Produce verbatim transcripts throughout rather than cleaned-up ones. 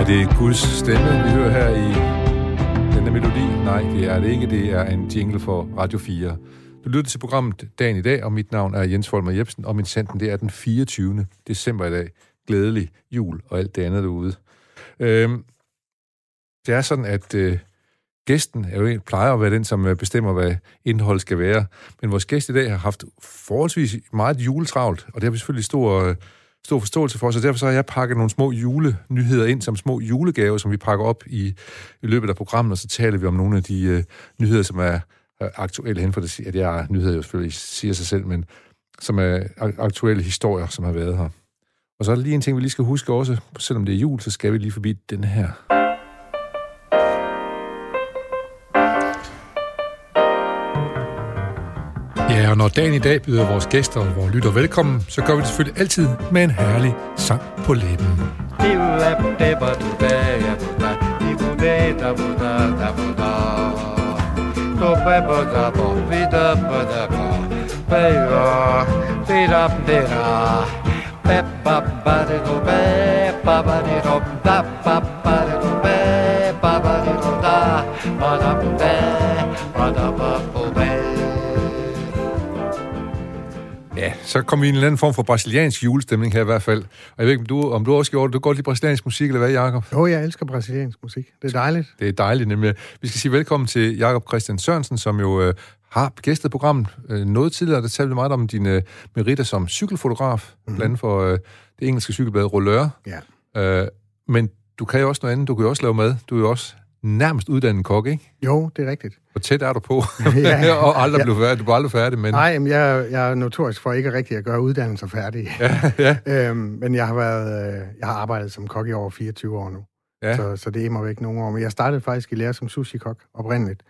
Er det Guds stemme, vi hører her i denne melodi? Nej, det er det ikke. Det er en jingle for Radio fire. Du lytter til programmet Dagen i dag, og mit navn er Jens Folmer Jebsen, og min senden det er den fireogtyvende december i dag. Glædelig jul og alt det andet derude. Øhm, det er sådan, at øh, gæsten er jo, plejer at være den, som bestemmer, hvad indhold skal være. Men vores gæst i dag har haft forholdsvis meget juletravlt, og det har vi selvfølgelig stor... Øh, stor forståelse for, så derfor så har jeg pakket nogle små julenyheder ind som små julegaver, som vi pakker op i, i løbet af programmet, og så taler vi om nogle af de øh, nyheder, som er øh, aktuelle hen for det, at jeg er nyheder jo selvfølgelig siger sig selv, men som er aktuelle historier, som har været her. Og så er der lige en ting, vi lige skal huske også, selvom det er jul, så skal vi lige forbi den her. Ja, og når dagen i dag byder vores gæster og vores lytter velkommen, så gør vi det selvfølgelig altid med en herlig sang på læben. Ja, så kom vi i en eller anden form for brasiliansk julestemning her i hvert fald. Og jeg ved ikke, om du, om du også gjorde det. Du går lige brasiliansk musik, eller hvad, Jakob? Jo, jeg elsker brasiliansk musik. Det er dejligt. Det er dejligt, nemlig. Vi skal sige velkommen til Jakob Christian Sørensen, som jo øh, har gæstet programmet øh, noget tidligere. Der talte vi meget om dine øh, meritter som cykelfotograf, mm-hmm. blandt andet for øh, det engelske cykelblad Rollør. Ja. Øh, men du kan jo også noget andet. Du kan jo også lave mad. Du er jo også nærmest uddannet kok, ikke? Jo, det er rigtigt. Hvor tæt er du på? ja, og aldrig ja. blev færdig. Du var aldrig færdig, men... Nej, men jeg, jeg er notorisk for ikke rigtig at gøre uddannelser færdige. ja, ja. øhm, men jeg har været, jeg har arbejdet som kok i over fireogtyve år nu. Ja. Så, så det er mig væk nogle år. Men jeg startede faktisk i lære som sushi-kok oprindeligt.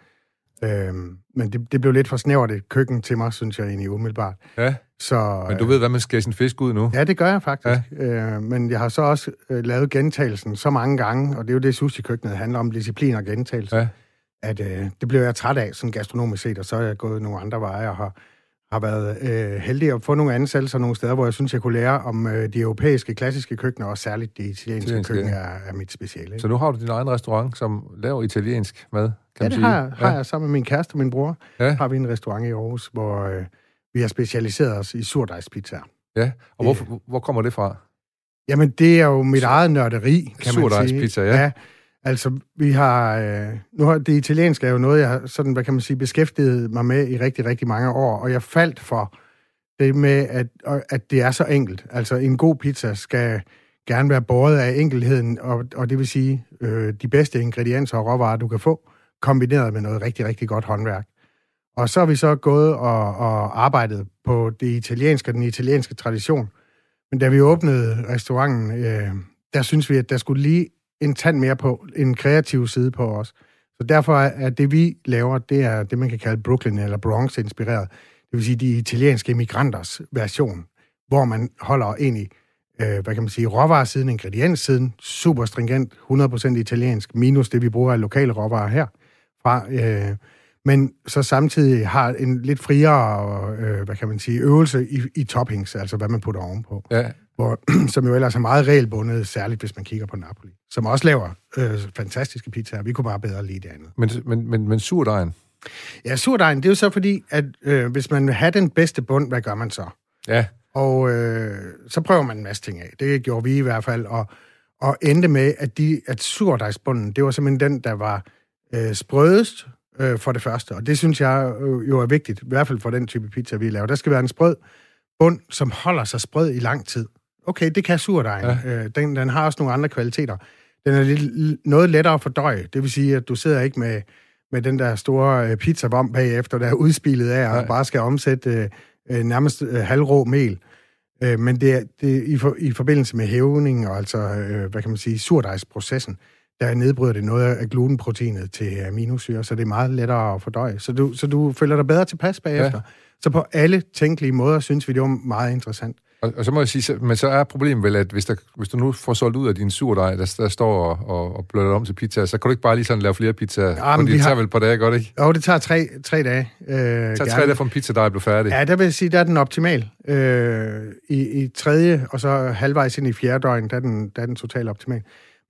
Øhm, men det, det blev lidt for snævert et køkken til mig, synes jeg egentlig umiddelbart. Ja, så, men du ved, hvad man skal sin fisk ud nu? Ja, det gør jeg faktisk. Ja. Øh, men jeg har så også øh, lavet gentagelsen så mange gange, og det er jo det, sushi-køkkenet handler om, disciplin og gentagelse. Ja. At øh, det blev jeg træt af, sådan gastronomisk set, og så er jeg gået nogle andre veje, og har, har været øh, heldig at få nogle ansættelser nogle steder, hvor jeg synes, jeg kunne lære om øh, de europæiske klassiske køkkener, og særligt det italienske Italiensk, køkken ja. er, er mit speciale. Så nu har du din egen restaurant, som laver italiensk mad, kan ja, man det sige? har, har ja. jeg sammen med min kæreste og min bror. Ja. Har vi en restaurant i Aarhus, hvor øh, vi har specialiseret os i surdejspizzaer. Ja, og hvor, hvor, hvor kommer det fra? Jamen, det er jo mit eget nørderi, kan man sige. Surdejspizza, ja. ja. Altså, vi har... Øh, nu har det italienske er jo noget, jeg har sådan, hvad kan man sige, beskæftiget mig med i rigtig, rigtig mange år, og jeg faldt for det med, at, at det er så enkelt. Altså, en god pizza skal gerne være båret af enkelheden, og, og det vil sige, øh, de bedste ingredienser og råvarer, du kan få, kombineret med noget rigtig, rigtig godt håndværk. Og så har vi så gået og, og arbejdet på det italienske og den italienske tradition. Men da vi åbnede restauranten, øh, der synes vi, at der skulle lige en tand mere på, en kreativ side på os. Så derfor er det, vi laver, det er det, man kan kalde Brooklyn eller Bronx-inspireret. Det vil sige de italienske emigranters version, hvor man holder egentlig, øh, hvad kan man sige, råvaresiden, ingredienssiden, super stringent, hundrede procent italiensk, minus det, vi bruger af lokale råvarer her fra. Øh, men så samtidig har en lidt friere, øh, hvad kan man sige, øvelse i, i toppings, altså hvad man putter ovenpå. Ja. Hvor, som jo ellers er meget regelbundet, særligt hvis man kigger på Napoli, som også laver øh, fantastiske pizzaer. Vi kunne bare bedre lide det andet. Men, men, men, men surdejen? Ja, surdejen, det er jo så fordi, at øh, hvis man vil have den bedste bund, hvad gør man så? Ja. Og øh, så prøver man en masse ting af. Det gjorde vi i hvert fald, og, og endte med, at, de, at surdejsbunden, det var simpelthen den, der var øh, sprødest øh, for det første. Og det synes jeg øh, jo er vigtigt, i hvert fald for den type pizza, vi laver. Der skal være en sprød bund, som holder sig sprød i lang tid. Okay, det kan surdejen. Ja. Øh, den, den har også nogle andre kvaliteter. Den er lidt, noget lettere at fordøje. Det vil sige, at du sidder ikke med, med den der store pizzavom bagefter, der er udspilet af, og ja. bare skal omsætte øh, nærmest øh, halvrå mel. Øh, men det er, det er i, for, i forbindelse med hævning, og altså, øh, hvad kan man sige, surdejsprocessen, der nedbryder det noget af glutenproteinet til aminosyre, så det er meget lettere at fordøje. Så du, så du føler dig bedre tilpas bagefter. Ja. Så på alle tænkelige måder synes vi, det var meget interessant. Og, og så må jeg sige, men så er problemet vel, at hvis, der, hvis du nu får solgt ud af din surdej, der, der står og, og, og bløder om til pizza, så kan du ikke bare lige sådan lave flere pizzaer, ja, fordi det tager har... vel et par dage, godt ikke? Jo, det tager tre, tre dage. Øh, det tager tre dage for en pizza, der er blevet færdig. Ja, der vil jeg sige, der er den optimal. Øh, i, I tredje, og så halvvejs ind i fjerde døgn, der er den, der er den totalt optimal.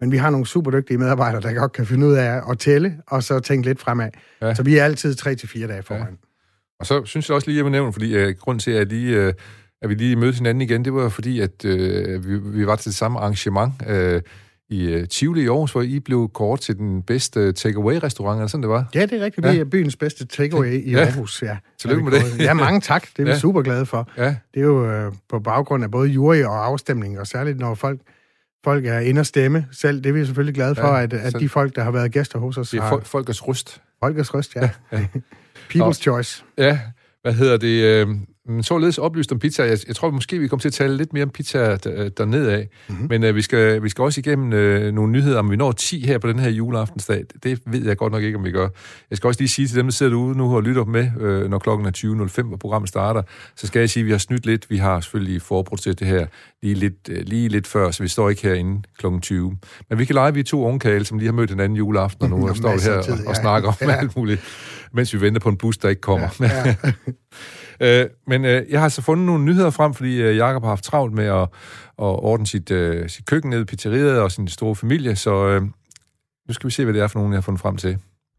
Men vi har nogle super dygtige medarbejdere, der godt kan finde ud af at tælle, og så tænke lidt fremad. Ja. Så vi er altid tre til fire dage foran. Ja. Og så synes jeg også lige, at jeg vil nævne, fordi uh, grund til, at, lige, uh, at vi lige mødte hinanden igen, det var fordi, at uh, vi, vi var til det samme arrangement uh, i uh, Tivoli i Aarhus, hvor I blev kort til den bedste takeaway-restaurant, eller sådan det var? Ja, det er rigtigt. Vi ja. er byens bedste takeaway i ja. Aarhus. Ja. Tillykke med det. Ja, mange tak. Det er vi ja. super glade for. Ja. Det er jo uh, på baggrund af både jury og afstemning, og særligt når folk Folk er inde og stemme selv. Det er vi selvfølgelig glade for, ja, at, at de folk, der har været gæster hos os... Det er fol- folkets røst. Folkets røst, ja. ja, ja. People's choice. Ja, hvad hedder det? Øh, således oplyst om pizza. Jeg, jeg tror måske, vi kommer til at tale lidt mere om pizza dernede af. Mm-hmm. Men øh, vi, skal, vi skal også igennem øh, nogle nyheder, om vi når ti her på den her juleaftensdag. Det ved jeg godt nok ikke, om vi gør. Jeg skal også lige sige til dem, der sidder derude nu og lytter med, øh, når klokken er tyve nul fem, og programmet starter, så skal jeg sige, at vi har snydt lidt. Vi har selvfølgelig forproduceret det her lige lidt, øh, lige lidt før, så vi står ikke herinde klokken tyve. Men vi kan lege, vi er to ungkale, som lige har mødt en anden juleaften, og nu og står vi her tid, og, og snakker om ja. alt muligt, mens vi venter på en bus, der ikke kommer. Ja, ja. øh, men øh, jeg har så fundet nogle nyheder frem, fordi øh, Jakob har haft travlt med at, at ordne sit, øh, sit køkken nede i pizzeriet og sin store familie, så øh, nu skal vi se, hvad det er for nogen, jeg har fundet frem til.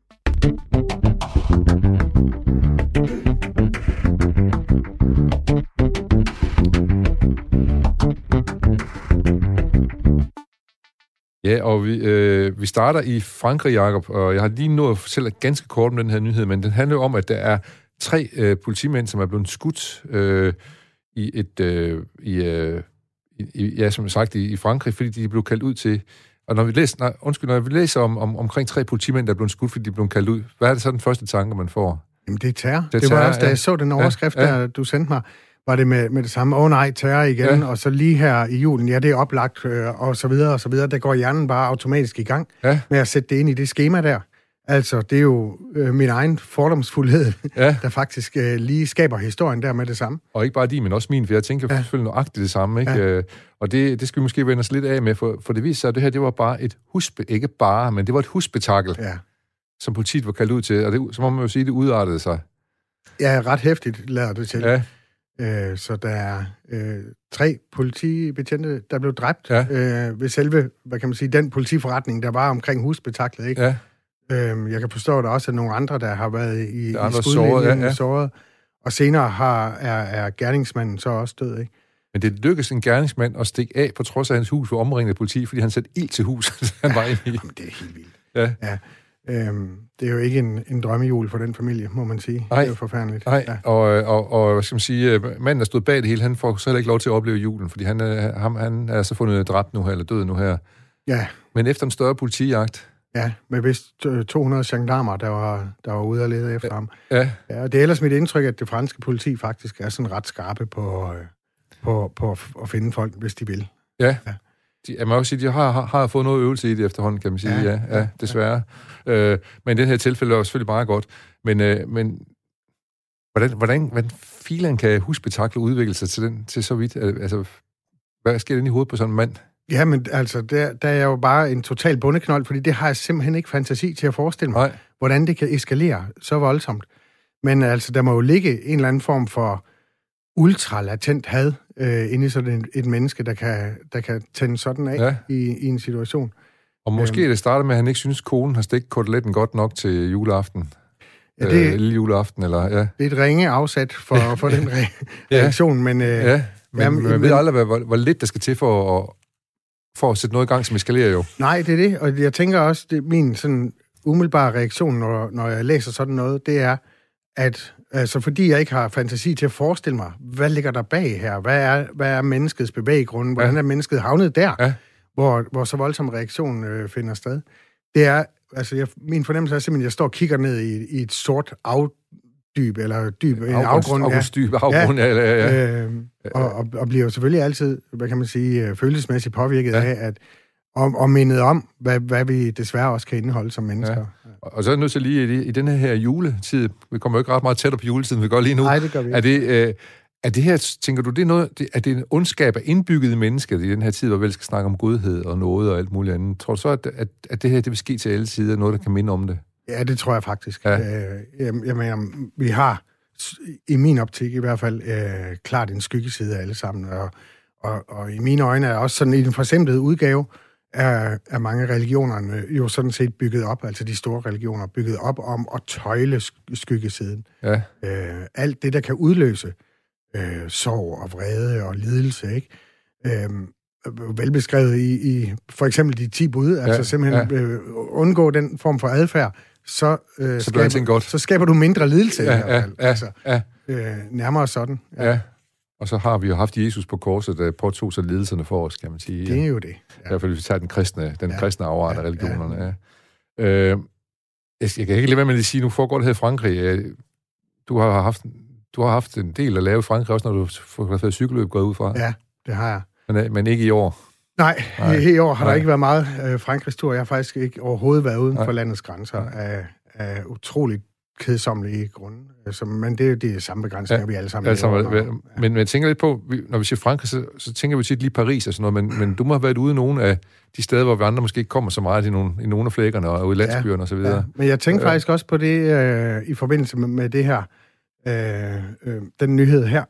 Ja, og vi, øh, vi starter i Frankrig, Jakob, og jeg har lige nået at fortælle ganske kort om den her nyhed, men den handler om, at der er tre øh, politimænd, som er blevet skudt øh, i et, øh, i, øh, i, ja, som sagt, i, i Frankrig, fordi de blev kaldt ud til, og når vi læser, nej, undskyld, når vi læser om, om, omkring tre politimænd, der er blevet skudt, fordi de blev kaldt ud, hvad er det så den første tanke, man får? Jamen, det er terror. Det, er terror, det var også, da jeg så den overskrift, ja, ja. der du sendte mig, var det med, med det samme, åh oh, nej, terror igen, ja. og så lige her i julen, ja, det er oplagt, øh, og så videre, og så videre, der går hjernen bare automatisk i gang ja. med at sætte det ind i det skema der. Altså, det er jo øh, min egen fordomsfuldhed, ja. der faktisk øh, lige skaber historien der med det samme. Og ikke bare de, men også min, for jeg tænker ja. selvfølgelig nøjagtigt det samme, ikke? Ja. Og det, det skal vi måske vende os lidt af med, for, for det viser sig, at det her, det var bare et husbe, ikke bare, men det var et husspektakel, ja. som politiet var kaldt ud til, og det, så må man jo sige, det udartede sig. Ja, ret hæftigt lader det til. Ja. Øh, så der er øh, tre politibetjente, der blev dræbt ja. øh, ved selve, hvad kan man sige, den politiforretning, der var omkring husspektaklet, ikke? Ja. Øh, jeg kan forstå, at der også er nogle andre, der har været i, i skudlinjen, ja, ja. såret, og senere har, er, er gerningsmanden så også død, ikke? Men det lykkedes en gerningsmand at stikke af, på trods af hans hus, for omringet af politi, fordi han satte ild til huset, han ja, var inde i. Jamen, det er helt vildt. Ja. ja. Øhm, det er jo ikke en, en drømmejul for den familie, må man sige. Nej, det er jo forfærdeligt. Nej, ja. og, og, og hvad skal man sige, manden, der stod bag det hele, han får så heller ikke lov til at opleve julen, fordi han, han, han er så fundet dræbt nu her, eller død nu her. Ja. Men efter en større politijagt. Ja, med vist to hundrede gendarmer, der var, der var ude og lede efter ja. ham. Ja. Ja, og det er ellers mit indtryk, at det franske politi faktisk er sådan ret skarpe på, på, på at finde folk, hvis de vil. Ja. ja. De, jeg må også sige, de har, har, har fået noget øvelse i det efterhånden, kan man sige. Ja, ja, ja desværre. Ja. Øh, men det her tilfælde er selvfølgelig meget godt. Men, øh, men hvordan, hvordan, hvordan filen kan husspektakler udvikle sig til, den, til så vidt? Altså, hvad sker der i hovedet på sådan en mand? Ja, men altså, der, der er jo bare en total bundeknold, fordi det har jeg simpelthen ikke fantasi til at forestille mig, Nej. hvordan det kan eskalere så voldsomt. Men altså, der må jo ligge en eller anden form for ultralatent had øh, inde i sådan et, et menneske, der kan, der kan tænde sådan af ja. i, i en situation. Og måske æm... det starter med, at han ikke synes, konen har stegt koteletten godt nok til juleaften. Ja, det, øh, lille juleaften, eller ja. Det er et ringe afsat for, for den re- reaktion, ja. men... Øh, ja, men jamen, man ved aldrig, hvor, hvor lidt der skal til for at, for at sætte noget i gang, som eskalerer jo. Nej, det er det, og jeg tænker også, det er min sådan umiddelbare reaktion, når, når jeg læser sådan noget, det er, at altså, fordi jeg ikke har fantasi til at forestille mig, hvad ligger der bag her? Hvad er, hvad er menneskets bevæggrund? Hvordan ja. er mennesket havnet der, ja. hvor, hvor så voldsom reaktion øh, finder sted? Det er, altså, jeg, min fornemmelse er simpelthen, at jeg står og kigger ned i, i et sort afdyb, eller dyb, en afgrund. Afgrundsdyb, afgrund, ja. ja, ja, ja. Øh, og, og, og bliver jo selvfølgelig altid, hvad kan man sige, følelsesmæssigt påvirket ja. af, at Og, og mindet om, hvad, hvad vi desværre også kan indeholde som mennesker. Ja. Og så er det nødt til lige i, i den her juletid, vi kommer jo ikke ret meget tættere på juletiden, vi går lige nu. Nej, det gør vi ikke. Er det, øh, er det her, tænker du, det er noget, det, er det en ondskab af indbygget mennesker i den her tid, hvor vi skal snakke om godhed og noget og alt muligt andet? Tror du så, at, at, at det her det vil ske til alle sider, noget, der kan minde om det? Ja, det tror jeg faktisk. Ja. Øh, jeg, jeg mener, vi har, i min optik i hvert fald, øh, klart en skyggeside af alle sammen, og, og, og i mine øjne er også sådan i den forsimplede udgave, er, er mange religionerne jo sådan set bygget op, altså de store religioner, bygget op om at tøjle skyggesiden. Ja. Øh, alt det, der kan udløse øh, sorg og vrede og lidelse, ikke? Øh, velbeskrevet i, i for eksempel de ti bud, ja, altså simpelthen ja. øh, undgå den form for adfærd, så, øh, så, skaber, godt. så skaber du mindre lidelse ja, i hvert fald. Ja, altså, ja. Øh, nærmere sådan. Ja. ja. Og så har vi jo haft Jesus på korset, der påtog sig lidelserne for os, kan man sige. Det er jo det. Ja. I hvert fald, hvis vi tager den kristne, den ja. kristne afart ja. af religionerne. Ja. Ja. Øh, jeg, jeg kan ikke lade være med at sige, nu foregår det her i Frankrig. Du har haft, du har haft en del at lave i Frankrig, også når du har fået cykelløb gået ud fra. Ja, det har jeg. Men, men ikke i år. Nej, Nej. i, i år har Nej. der ikke været meget øh, Frankrigs tur. Jeg har faktisk ikke overhovedet været uden Nej. for landets grænser af, af utroligt kedsommelige grunde. Så, men det er jo de samme begrænsninger, ja, vi alle sammen altså, lever under. Men, men jeg tænker lidt på, når vi siger Frankrig, så, så tænker vi tit lige Paris og sådan noget, men, men du må have været ude i nogle af de steder, hvor vi andre måske ikke kommer så meget i nogle, i nogle af flækkerne og ude i landsbyerne ja, og så videre. Ja. Men jeg tænker øh, faktisk også på det øh, i forbindelse med, med det her, øh, øh, den nyhed her,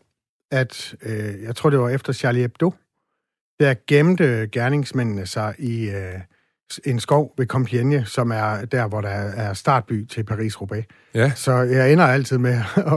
at øh, jeg tror, det var efter Charlie Hebdo, der gemte gerningsmændene sig i øh, en skov ved Compiègne, som er der, hvor der er startby til Paris-Roubaix. Ja. Så jeg ender altid med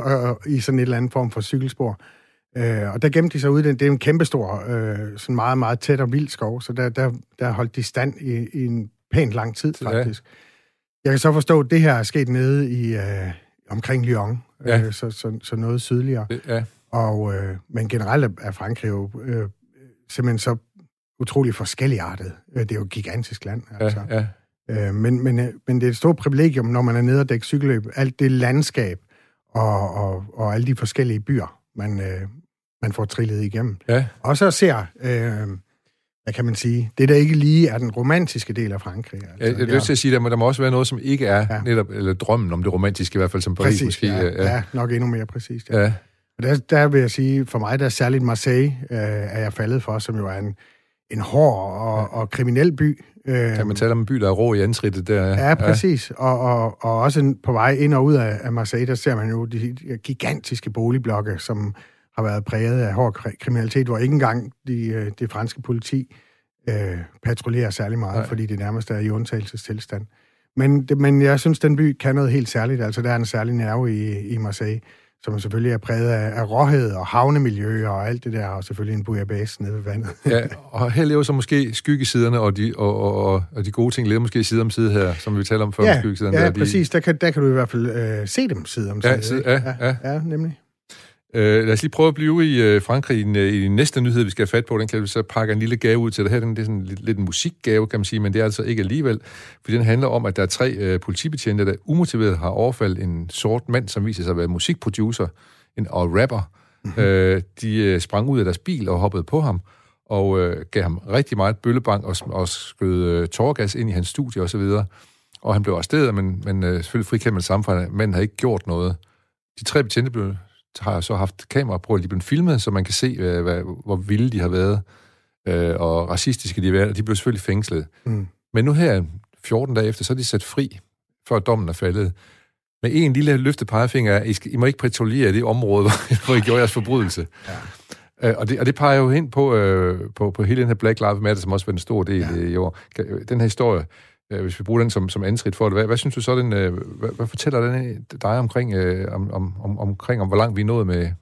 i sådan et eller andet form for cykelspor. Øh, og der gemte de sig ude. Det er en kæmpestor, øh, sådan meget, meget tæt og vild skov, så der, der, der holdt de stand i, i en pænt lang tid, faktisk. Ja. Jeg kan så forstå, at det her er sket nede i øh, omkring Lyon, ja. øh, så, så, så noget sydligere. Ja. Og, øh, men generelt er Frankrig jo øh, simpelthen så utrolig forskelligartet. Det er jo et gigantisk land, altså. Ja, ja. Øh, men, men, men det er et stort privilegium, når man er nede og dækker cykelløb. Alt det landskab og, og, og alle de forskellige byer, man, øh, man får trillet igennem. Ja. Og så ser, øh, hvad kan man sige, det der ikke lige er den romantiske del af Frankrig. Altså, jeg jeg vil til at sige, at der må, der må også være noget, som ikke er ja. netop, eller drømmen om det romantiske, i hvert fald som Paris præcis, måske. Ja, ja. ja, nok endnu mere præcist. Ja. Ja. Og der, der vil jeg sige, for mig, der er særligt Marseille, øh, er jeg faldet for, som jo er en en hård og, ja. og kriminel by. Kan man tale om en by, der er rå i antrittet der? Ja, præcis. Ja. Og, og, og også på vej ind og ud af, af Marseille, der ser man jo de gigantiske boligblokke, som har været præget af hård kriminalitet, hvor ikke engang de, det franske politi øh, patruljerer særlig meget, Nej. fordi det nærmest er i undtagelsestilstand. Men, det, men jeg synes, den by kan noget helt særligt. Altså, der er en særlig nerve i, i Marseille, som selvfølgelig er præget af, af råhed og havnemiljø og alt det der, og selvfølgelig en bouillabaisse nede ved vandet. Ja, og her lever så måske skyggesiderne, og de, og, og, og de gode ting lever måske side om side her, som vi taler om før. Ja, skyggesiderne. Ja, der, de... præcis. Der kan, der kan du i hvert fald øh, se dem side om side. Ja, side, ja, ja. ja, nemlig. Øh, lad os lige prøve at blive i øh, Frankrig i, en, øh, i den næste nyhed, vi skal have fat på. Den kan vi så pakke en lille gave ud til det her. Det er sådan lidt, lidt en musikgave, kan man sige, men det er altså ikke alligevel. For den handler om, at der er tre øh, politibetjente, der umotiveret har overfaldet en sort mand, som viser sig at være musikproducer en, og rapper. Mm-hmm. Øh, de øh, sprang ud af deres bil og hoppede på ham, og øh, gav ham rigtig meget bøllebank og, og skød øh, tårgas ind i hans studie osv. Og, og han blev arresteret, men, men øh, selvfølgelig frikendt med samfundet. Manden havde ikke gjort noget. De tre betjente blev har så haft kamera på, at de blev filmet, så man kan se, hvad, hvad, hvor vilde de har været, øh, og racistiske de har været, og de blev selvfølgelig fængslet. Mm. Men nu her, fjorten dage efter, så er de sat fri, før dommen er faldet. Med en lille løftet pegefinger, I, skal, I må ikke patruljere det område, hvor I gjorde jeres forbrydelse. Ja. Øh, og, det, og det peger jo hen på, øh, på, på hele den her Black Lives Matter, som også var en stor del ja. i år. Den her historie, øh, hvis vi bruger den som, som ansigt for det, hvad, hvad synes du så, den, øh, hvad, hvad fortæller den dig omkring, øh, om, om, om, omkring, om hvor langt vi er nået med,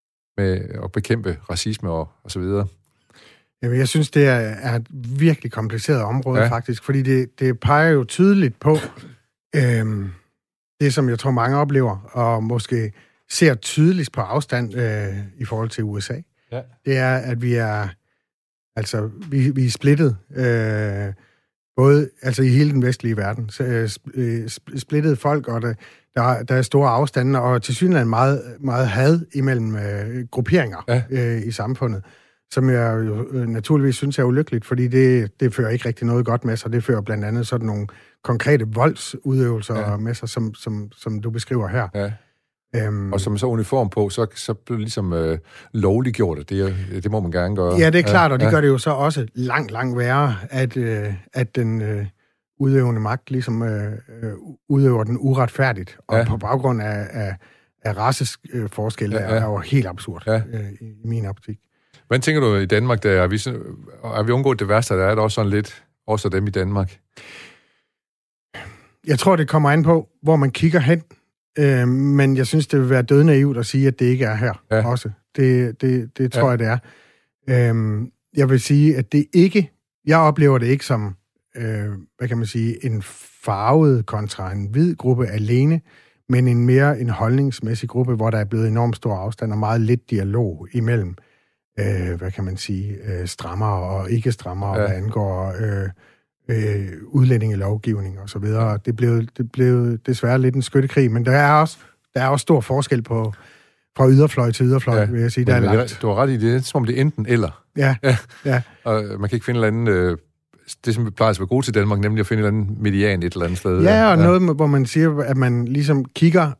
med at bekæmpe racisme og, og så videre? Jamen, jeg synes, det er, er et virkelig kompliceret område, ja. faktisk, fordi det, det peger jo tydeligt på øh, det, som jeg tror, mange oplever, og måske ser tydeligst på afstand øh, i forhold til U S A. Ja. Det er, at vi er, altså, vi, vi er splittet, øh, både altså i hele den vestlige verden, så, øh, splittet folk, og der, der, der er store afstande, og tilsyneladende meget, meget had imellem øh, grupperinger ja. øh, i samfundet, som jeg jo øh, naturligvis synes er ulykkeligt, fordi det, det fører ikke rigtig noget godt med sig. Det fører blandt andet sådan nogle konkrete voldsudøvelser ja. med sig, som, som, som du beskriver her. Ja. Øhm, og som så uniform på, så, så bliver det ligesom øh, lovliggjort, det, det må man gerne gøre. Ja, det er klart, og det ja. gør det jo så også langt, langt værre, at, øh, at den øh, udøvende magt ligesom øh, udøver den uretfærdigt, og ja. på baggrund af, af, af raceforskelle ja, ja. er jo helt absurd ja. øh, i min optik. Hvad tænker du i Danmark, der er vi, er vi undgået det værste, der er der også sådan lidt os og dem i Danmark? Jeg tror, det kommer an på, hvor man kigger hen. Øh, men jeg synes, det vil være dødnaivt at sige, at det ikke er her ja. også. Det, det, det tror ja. jeg, det er. Øh, jeg vil sige, at det ikke... Jeg oplever det ikke som, øh, hvad kan man sige, en farvet kontra en hvid gruppe alene, men en mere en holdningsmæssig gruppe, hvor der er blevet enormt stor afstand og meget lidt dialog imellem, øh, hvad kan man sige, øh, strammere og ikke-strammere, ja. hvad angår øh, øh, udlændingelovgivning og så videre. Det blev, det blev desværre lidt en skyttekrig, men der er også, der er også stor forskel på fra yderfløj til yderfløj, ja. vil jeg sige. Der er langt. Du har ret i det, som om det er enten eller. Ja, ja. ja. Og man kan ikke finde en eller anden... Øh, det, som vi plejer at være gode til Danmark, nemlig at finde en eller anden median et eller andet sted. Ja, og ja. noget, hvor man siger, at man ligesom kigger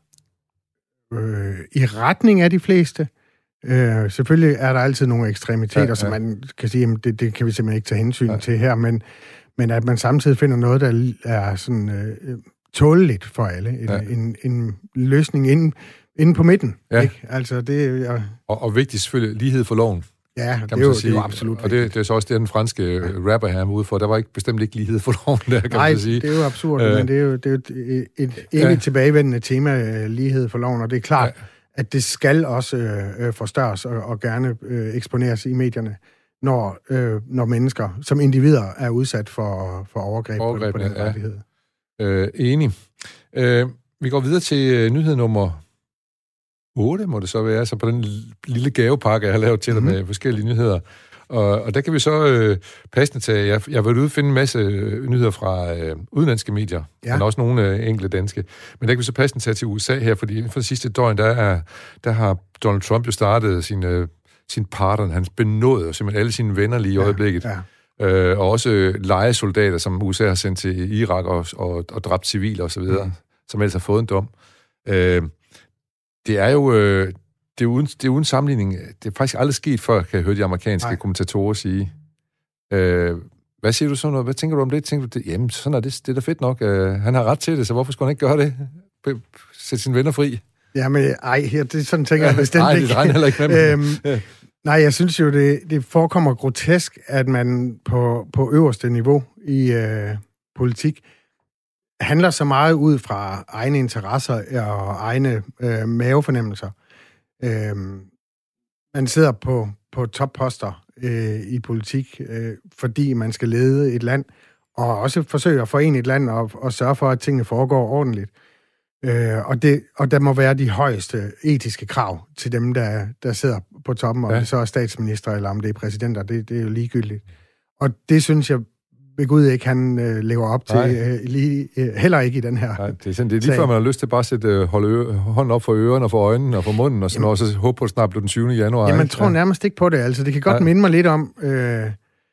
øh, i retning af de fleste. Øh, selvfølgelig er der altid nogle ekstremiteter, ja, ja. som man kan sige, at det, det kan vi simpelthen ikke tage hensyn ja. til her, men, men at man samtidig finder noget, der er sådan øh, tåleligt for alle. En, ja. en, en løsning inden, inden på midten. Ja. Ikke? Altså, det, ja. og, og vigtigt selvfølgelig, lighed for loven. Ja, det er, jo, det er jo absolut. Og det, det er så også det, den franske ja. rapper her er ude for. Der var ikke bestemt ikke lighed for loven der, kan Nej, man sige. det er jo absurd, øh, men det er jo, det er jo et, et evigt ja. tilbagevendende tema, lighed for loven, og det er klart, ja. at det skal også øh, forstørres og, og gerne øh, eksponeres i medierne, når, øh, når mennesker som individer er udsat for, for overgreb, overgreb på, på den ja. rettighed. Øh, enig. Øh, vi går videre til øh, nyhed nummer otte, må det så være, så på den lille gavepakke, jeg har lavet til dig mm-hmm. med forskellige nyheder. Og, og der kan vi så øh, passende tage, jeg, jeg har været ude og finde en masse øh, nyheder fra øh, udenlandske medier, ja. men også nogle øh, enkelte danske. Men der kan vi så passende tage til U S A her, fordi inden for det sidste døgn, der, er, der har Donald Trump jo startet sin, øh, sin partner, hans benåder, simpelthen alle sine venner lige i ja, øjeblikket. Ja. Øh, og også øh, lejesoldater, som U S A har sendt til Irak og, og, og dræbt civile osv., mm. som ellers har fået en dom. Øh, Det er jo øh, det er uden, det er uden sammenligning. Det er faktisk aldrig sket før, kan jeg høre de amerikanske Nej. kommentatorer sige. Øh, hvad siger du så noget? Hvad tænker du om det? Tænker du det? Jamen, sådan er det, det er da fedt nok. Øh, han har ret til det, så hvorfor skulle han ikke gøre det? Sætte sine venner fri. Jamen, ej, det sådan tænker jeg bestemt nej, ikke. Nej, det regner heller ikke med øhm, ja. Nej, jeg synes jo, det, det forekommer grotesk, at man på, på øverste niveau i øh, politik handler så meget ud fra egne interesser og egne øh, mavefornemmelser. Øh, man sidder på, på topposter øh, i politik, øh, fordi man skal lede et land, og også forsøge at forene et land og, og sørge for, at tingene foregår ordentligt. Øh, og, det, og der må være de højeste etiske krav til dem, der, der sidder på toppen, om ja. det så er statsminister eller om det er præsidenter. Det, det er jo ligegyldigt. Og det synes jeg ved Gud ikke, han øh, lever op til, øh, lige, øh, heller ikke i den her. Nej, det er, sådan, det er lige før, man har lyst til bare at sætte, øh, holde ø- hånden op for ørerne og for øjnene og for munden, og sådan noget, og så håbe på, at det snart bliver den syvende januar. Ja, man tror ja. nærmest ikke på det. Altså, det kan godt ja. minde mig lidt om, øh,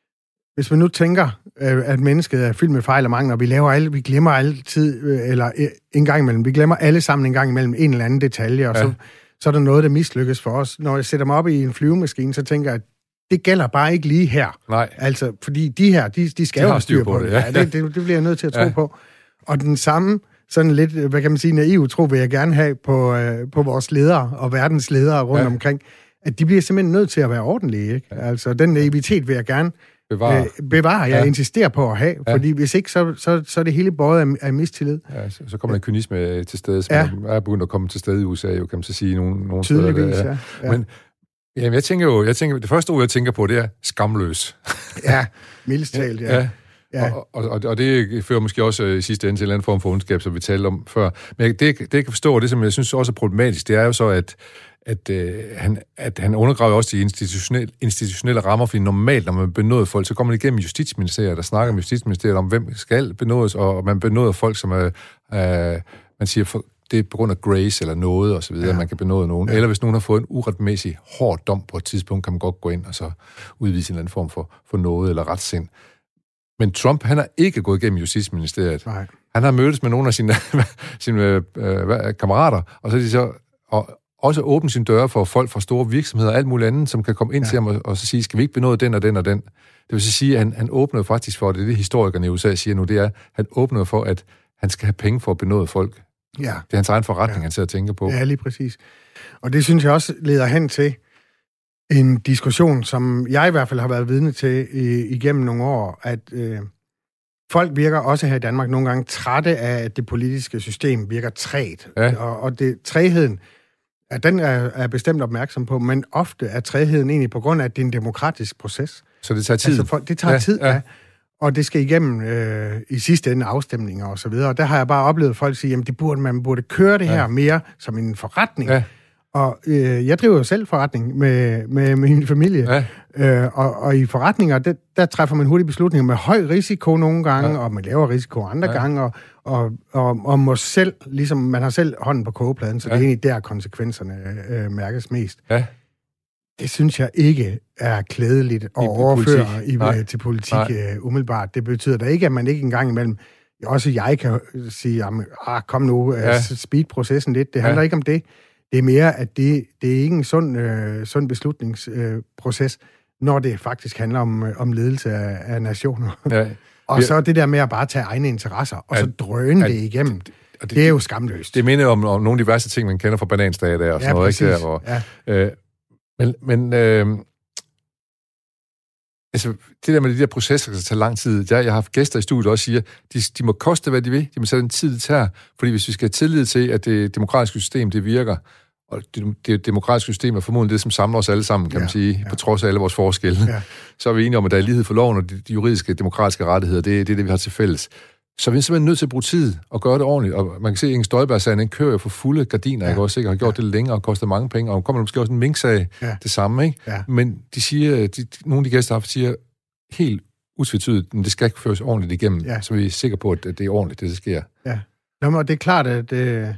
hvis man nu tænker, øh, at mennesket er fyldt med fejl og mangler, og vi laver alle, vi glemmer altid, øh, eller øh, en gang imellem, vi glemmer alle sammen en gang imellem en eller anden detalje, og ja. så, så er der noget, der mislykkes for os. Når jeg sætter mig op i en flyvemaskine, så tænker jeg, at det gælder bare ikke lige her. Nej. Altså, fordi de her, de, de skal de jo have styr på, på det. Ja. Ja, det, det. Det bliver jeg nødt til at tro ja. på. Og den samme, sådan lidt, hvad kan man sige, naiv tro, vil jeg gerne have på, øh, på vores ledere og verdens ledere rundt ja. omkring, at de bliver simpelthen nødt til at være ordentlige, ikke? Ja. Altså, den naivitet vil jeg gerne bevare. Øh, bevare. Jeg ja. insisterer på at have, ja. fordi hvis ikke, så, så, så er det hele båret af, af mistillid. Ja, så, så kommer der en kynisme til stede, som ja. er begyndt at komme til stede i U S A, jo, kan man så sige, nogle, nogle Tydeligvis, steder. Ja. Ja. Men jamen, jeg tænker jo, jeg tænker, det første ord, jeg tænker på, det er skamløs. Ja, mildest talt, ja. ja. ja. Og, og, og det fører måske også i sidste ende til en eller anden form for ondskab, som vi talte om før. Men det, det jeg kan forstå, og det som jeg synes også er problematisk, det er jo så, at, at, øh, han, at han undergraver også de institutionelle, institutionelle rammer, fordi normalt, når man benåder folk, så kommer man igennem Justitsministeriet, der snakker med Justitsministeriet om, hvem skal benådes, og man benåder folk, som er, øh, man siger, for, det er på grund af grace eller noget, og så videre, ja. man kan benåde nogen. Ja. Eller hvis nogen har fået en uretmæssig hård dom på et tidspunkt, kan man godt gå ind og så udvise en eller anden form for, for noget eller retssind. Men Trump, han har ikke gået igennem Justitsministeriet. Nej. Han har mødtes med nogle af sine, sine øh, kammerater, og så er de så og også åbnet sine døre for folk fra store virksomheder og alt muligt andet, som kan komme ind ja. til ham og, og så sige, skal vi ikke benåde den og den og den? Det vil så sige, at han, han åbnede faktisk for, det er det historikerne i U S A siger nu, det er, han åbnede for, at han skal have penge for at benåde folk. Ja. Det er hans egen forretning, ja. han sidder og tænker på. Ja, lige præcis. Og det synes jeg også leder hen til en diskussion, som jeg i hvert fald har været vidne til i, igennem nogle år, at øh, folk virker også her i Danmark nogle gange trætte af, at det politiske system virker trægt. Ja. Og, og det, trægheden, at den er, er bestemt opmærksom på, men ofte er trægheden egentlig på grund af, at det er en demokratisk proces. Så det tager tid? Altså, folk, det tager ja, tid, ja. ja. Og det skal igennem øh, i sidste ende afstemninger og så videre. Og der har jeg bare oplevet folk sige, jamen det burde, man burde køre det her ja. mere som en forretning. Ja. Og øh, jeg driver jo selv forretning med, med, med min familie. Ja. Øh, og, og i forretninger, der, der træffer man hurtigt beslutninger med høj risiko nogle gange, ja. og med lavere risiko andre ja. gange, og, og, og, og må selv, ligesom man har selv hånden på kogepladen, så ja. det er egentlig der, konsekvenserne øh, mærkes mest. Ja. Det synes jeg ikke er klædeligt at overføre i, til politik uh, umiddelbart. Det betyder da ikke, at man ikke engang imellem, også jeg kan sige, jamen, ah, kom nu, ja. speed processen lidt. Det handler ja. ikke om det. Det er mere, at det, det er ikke en sund, øh, sund beslutningsproces, øh, når det faktisk handler om, om ledelse af, af nationer. Ja. og så det der med at bare tage egne interesser, og ja. så drøne ja. det igennem. Det, det er jo skamløst. Det minder om, om nogle af de værste ting, man kender fra banansdage der, og sådan ja, noget, ikke der, hvor, ja. øh, Men, men øh, altså, det der med de der processer, der tager lang tid, jeg, jeg har haft gæster i studiet, der også siger, de, de må koste, hvad de vil, de må sætte den tid, det tager, fordi hvis vi skal have tillid til, at det demokratiske system, det virker, og det, det demokratiske system er formodentlig det, som samler os alle sammen, kan ja, man sige, ja. på trods af alle vores forskelle, ja. så er vi enige om, at der er lighed for loven, og de, de juridiske, demokratiske rettigheder, det, det er det, vi har til fælles. Så vi er simpelthen nødt til at bruge tid og gøre det ordentligt. Og man kan se, at Inger Støjberg-sagen, den kører jo for fulde gardiner, ja. ikke også? Ikke? Har gjort ja. det længere og kostet mange penge, og kommer måske også en Mink-sag ja. det samme, ikke? Ja. Men de siger, de, nogle af de gæster har siger helt utvetydigt, at det skal ikke føres ordentligt igennem, ja. så vi er sikre på, at det er ordentligt, det der sker. Ja. Nå, men det er klart, at,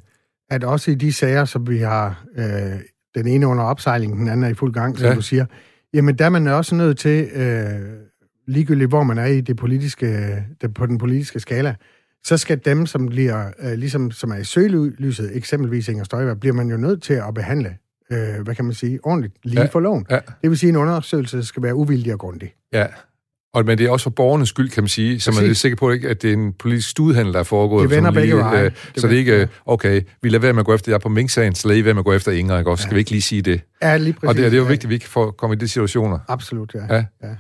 at også i de sager, som vi har, øh, den ene under opsejling, den anden er i fuld gang, som ja. du siger, jamen der er man også nødt til... Øh, ligegyldigt hvor man er i det politiske, det, på den politiske skala, så skal dem, som bliver, øh, ligesom, som er i søgelyset, eksempelvis Inger Støjberg, bliver man jo nødt til at behandle, øh, hvad kan man sige, ordentligt lige ja, for loven. Ja. Det vil sige, at en undersøgelse skal være uvildig og grundig. Ja, og, men det er også for borgernes skyld, kan man sige, så man er sikker på, at det er en politisk studiehandel, der er foregået. Det vender begge veje. Øh, så det er ikke, okay, vi lader være med at gå efter jer på Mink-sagen, så lader I være med at gå efter Inger, ikke også? Ja. Skal vi ikke lige sige det? Ja, lige præcis. Og det, det er jo vigtigt, at vi ikke får komme i de situationer. Absolut, ja. ja. ja.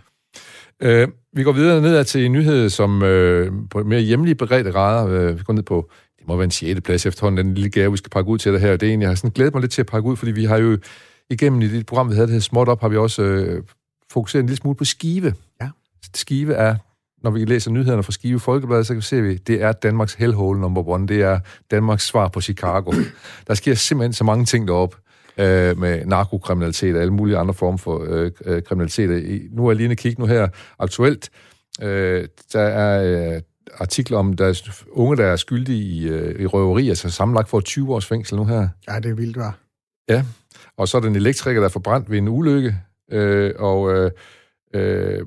Uh, vi går videre nedad til en nyhed, som uh, på mere hjemlige beredte grader, uh, vi går ned på, det må være en sjette plads efterhånden, den lille gave, vi skal pakke ud til det her. Det er egentlig, jeg har sådan glædet mig lidt til at pakke ud, fordi vi har jo igennem i det program, vi havde det her Småt Op, har vi også uh, fokuseret en lille smule på Skive. Ja. Skive er, når vi læser nyhederne fra Skive Folkeblad, så kan vi se, at det er Danmarks hellhole number one. Det er Danmarks svar på Chicago. Der sker simpelthen så mange ting deroppe. Øh, med narkokriminalitet og alle mulige andre former for øh, øh, kriminalitet. Nu er jeg lige inde og kigge nu her aktuelt. Øh, der er øh, artikler om, der er unge, der er skyldige i, øh, i røveri, altså sammenlagt for tyve års fængsel nu her. Ja, det er vildt, var. Ja, og så er der en elektriker, der er forbrændt ved en ulykke, øh, og øh, øh,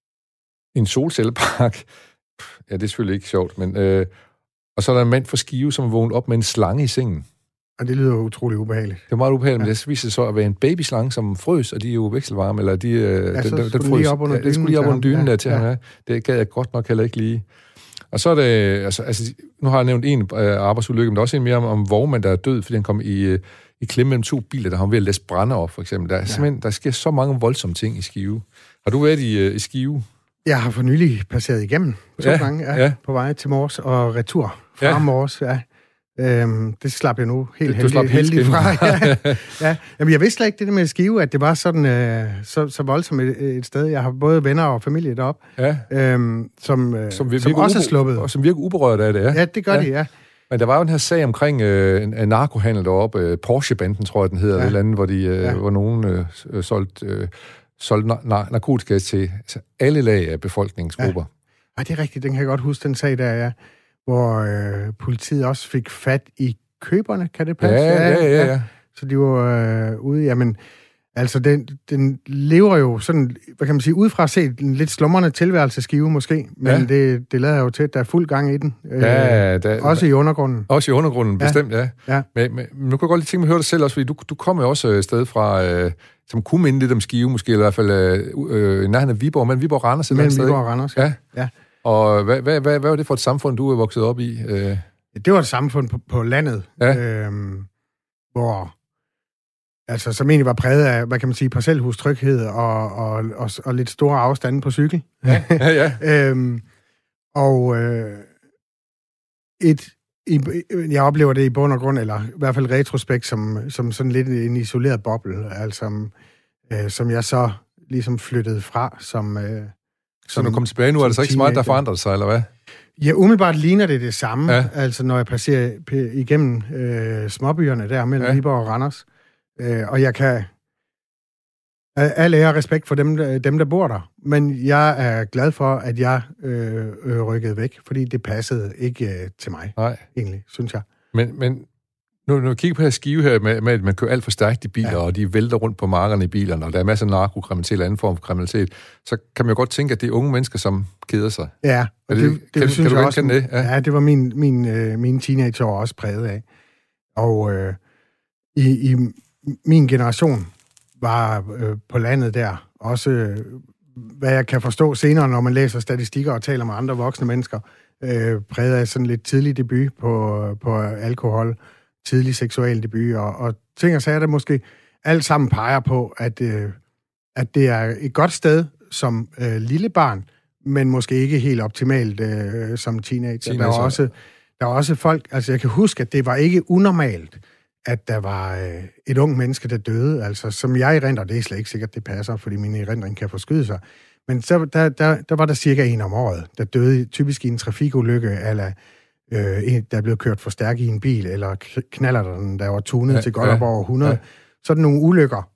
en solcellepark. Ja, det er selvfølgelig ikke sjovt, men... Øh, og så er der en mand fra Skive, som er vågnet op med en slange i sengen. Og det lyder utroligt ubehageligt. Det er meget ubehageligt, ja. Men det viser så at være en babyslange, som frøs, og de er jo vekselvarme, eller de... Ja, den, så den, skulle den lige op under dynen. Ja, det skulle lige op under dynen ja, der til ja. ham, ja. Det gad jeg godt nok heller ikke lige. Og så er det... Altså, altså nu har jeg nævnt en uh, arbejdsulykke, men der er også en mere om, om vognmand, der er død, fordi han kom i, uh, i klemme mellem to biler, der har ved at læse brænde op, for eksempel. Der, er ja. simpelthen, der sker så mange voldsomme ting i Skive. Har du været i, uh, i Skive? Jeg har for nylig passeret igennem to ja, gange ja, ja. på vej til Mors og retur fra ja. Mors, ja. Øhm, det slap jeg nu helt heldig, heldig fra. ja. ja. Jamen, jeg vidste slet ikke det der med Skive, at det var sådan øh, så, så voldsomt et, et sted. Jeg har både venner og familie deroppe, ja. øhm, som, øh, som, som også er sluppet. Og som virker uberørt af det, ja. Ja, det gør ja. de, ja. Men der var jo den her sag omkring øh, en, en narkohandel deroppe, øh, Porsche-banden, tror jeg, den hedder, ja. eller andet, hvor, de, øh, ja. hvor nogen øh, solgte, øh, solgte nar- nar- narkotika til altså, alle lag af befolkningsgrupper. Ja. Ej, det er rigtigt, den kan jeg godt huske, den sag der, ja. Hvor øh, politiet også fik fat i køberne, kan det passe? Ja, ja, ja. ja. Så de var øh, ude, jamen, altså, den, den lever jo sådan, hvad kan man sige, udefra set en lidt slumrende tilværelse Skive måske, men ja. det, det lader jo til, at der er fuld gang i den. Øh, ja, der, også i undergrunden. Også i undergrunden, ja. bestemt, ja. ja. Men, men nu kan jeg godt lige tænke mig at høre dig selv også, fordi du, du kommer jo også et sted fra, øh, som kunne minde lidt om Skive, måske, eller i hvert fald øh, i nærheden af Viborg, men Viborg Randers. Men Viborg Randers, ja. ja. Og hvad, hvad, hvad, hvad var det for et samfund, du er vokset op i? Øh? Det var et samfund på, på landet, ja. øhm, hvor, altså, som egentlig var præget af, hvad kan man sige, parcelhustryghed og, og, og, og lidt store afstande på cykel. Ja, ja, ja. øhm, Og øh, et, i, jeg oplever det i bund og grund, eller i hvert fald retrospekt, som, som sådan lidt en isoleret boble, altså øh, som jeg så ligesom flyttede fra. Som, øh, så når du kommer tilbage nu, er det så ikke så meget, der forandrer sig, eller hvad? Ja, umiddelbart ligner det det samme, ja. altså når jeg passerer igennem øh, småbyerne der mellem ja. Viborg og Randers. Øh, og jeg kan... Al ære og respekt for dem, dem, der bor der. Men jeg er glad for, at jeg øh, øh, rykkede væk, fordi det passede ikke øh, til mig, Nej. egentlig, synes jeg. Men, men når du kigger på her skive her, med, med at man kører alt for stærkt i biler, ja. Og de vælter rundt på markerne i bilerne, og der er masser af narkokriminalitet eller anden form for kriminalitet, så kan man jo godt tænke, at det er unge mennesker, som keder sig. Ja, og det, det, det, kan, det synes kan jeg også. Det? Ja. ja, det var min, min, øh, mine teenageår også præget af. Og øh, i, i min generation var øh, på landet der. Også, øh, hvad jeg kan forstå senere, når man læser statistikker og taler med andre voksne mennesker, øh, præget af sådan lidt tidlig debut på, på alkohol, tidlig seksuel debut, og, og ting og sager, der måske alt sammen peger på, at, øh, at det er et godt sted som øh, lille barn, men måske ikke helt optimalt øh, som teenager. teenager. Der var også, der var også folk, altså jeg kan huske, at det var ikke unormalt, at der var øh, et ung menneske, der døde, altså som jeg erindrer, det er slet ikke sikkert, det passer, fordi min erindring kan forskyde sig, men så, der, der, der var der cirka en om året, der døde typisk i en trafikulykke, eller øh, der blev kørt for stærk i en bil, eller knallerten, der var tunet ja, til godt ja, op over hundrede. Ja. Sådan nogle ulykker.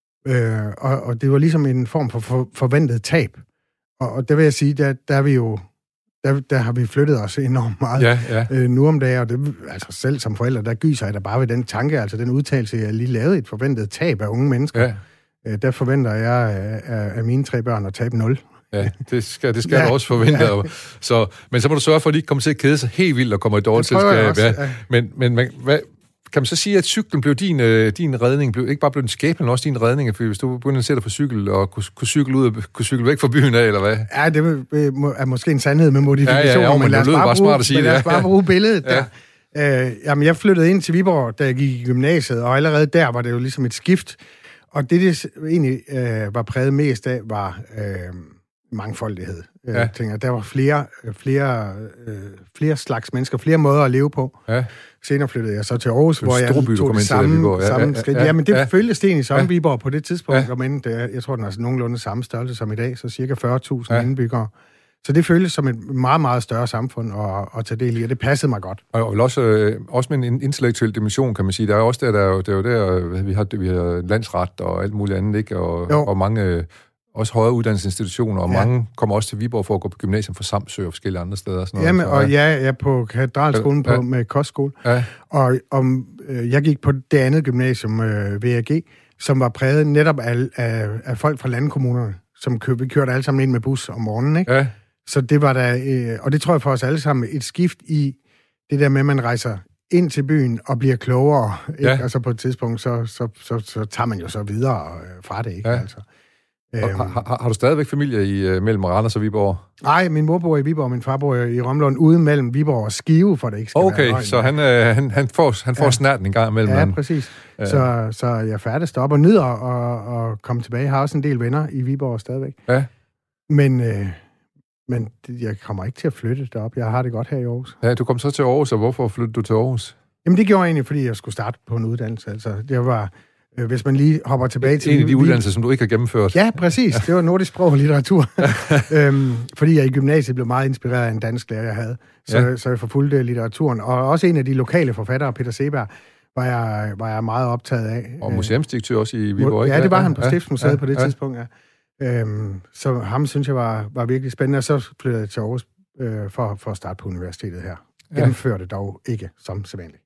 Øh, og, og det var ligesom en form for, for forventet tab. Og, og der vil jeg sige, der, der er vi jo Der, der har vi flyttet os enormt meget ja, ja. Øh, nu om dagen, og det, altså selv som forældre, der gyser jeg da bare ved den tanke, altså den udtalelse, jeg lige lavede et forventet tab af unge mennesker. Ja. Øh, der forventer jeg af, af mine tre børn at tabe nul. Ja, det skal, det skal ja. du også forvente. Ja. Så, men så må du sørge for, at de ikke kommer til at kede sig helt vildt og kommer i dårligt selskab. Ja. Ja. Men, men man, hvad, kan man så sige, at cyklen blev din, øh, din redning, blev ikke bare blev din skæbne, men også din redning, for hvis du begyndte at sætte dig på cykel og kunne, kunne cykle ud, kunne cykle væk fra byen af, eller hvad? Ja, det er måske en sandhed med modifikation, ja, ja, ja, men, men lad os bare, bare bruge, at sige, lad os bare ja. bruge billedet ja. der. Øh, jamen, jeg flyttede ind til Viborg, da jeg gik i gymnasiet, og allerede der var det jo ligesom et skift, og det, det egentlig øh, var præget mest af, var øh, mangfoldighed. Ja. Jeg tænker, der var flere, flere, øh, flere slags mennesker, flere måder at leve på. Ja. Senere flyttede jeg så til Aarhus, hvor jeg tog det samme, ja, samme ja, skridt. Ja, ja, men det ja. føltes det egentlig som ja. Viborg på det tidspunkt, ja. men det er, jeg tror, den er altså nogenlunde samme størrelse som i dag, så cirka fyrre tusind ja. indbyggere. Så det føltes som et meget, meget større samfund at, at tage del i, og det passede mig godt. Og også, øh, også med en intellektuel dimension, kan man sige. Der er også der, der, er jo, der, er jo der vi, har, vi har landsret og alt muligt andet, ikke? Og, og mange... Øh, også højere uddannelsesinstitutioner, og ja. mange kommer også til Viborg for at gå på gymnasium for Samsø og forskellige andre steder. Sådan noget. Jamen, og ja, jeg er på Katedralskolen ja. på, med kostskole, ja. og om, øh, jeg gik på det andet gymnasium, øh, V A G, som var præget netop af, af, af folk fra landkommunerne, som køb, vi kørte alle sammen ind med bus om morgenen, ikke? Ja. Så det var der, øh, og det tror jeg for os alle sammen, et skift i det der med, at man rejser ind til byen og bliver klogere, ikke? Ja. Og så på et tidspunkt, så, så, så, så tager man jo så videre fra det, ikke? Ja. Altså. Øhm, har, har, har du stadigvæk familie i, uh, mellem Randers og Viborg? Nej, min mor bor i Viborg, og min far bor i Romlund, ude mellem Viborg og Skive, for det ikke skal okay, være Okay, så han, øh, han, han får, han får ja. snart en gang imellem. Ja, han. præcis. Ja. Så, så jeg færdes op og nyder og, og komme tilbage. Jeg har også en del venner i Viborg stadigvæk. Ja. Men, øh, men jeg kommer ikke til at flytte derop. Jeg har det godt her i Aarhus. Ja, du kom så til Aarhus, og hvorfor flyttede du til Aarhus? Jamen, det gjorde jeg egentlig, fordi jeg skulle starte på en uddannelse. Altså, det var... Hvis man lige hopper tilbage til... En af de uddannelser, som du ikke har gennemført. Ja, præcis. Det var nordisk sprog og litteratur. øhm, fordi jeg i gymnasiet blev meget inspireret af en dansk lærer, jeg havde. Så, ja. så jeg forfulgte litteraturen. Og også en af de lokale forfattere, Peter Seberg, var jeg, var jeg meget optaget af. Og museumsdirektør også i Viborg, ikke? Ja, det var han på Stiftsmuseet ja, på det ja. tidspunkt, ja. Øhm, så ham synes jeg var, var virkelig spændende. Og så flyttede jeg til Aarhus øh, for, for at starte på universitetet her. Gennemførte ja. dog ikke som sædvanligt.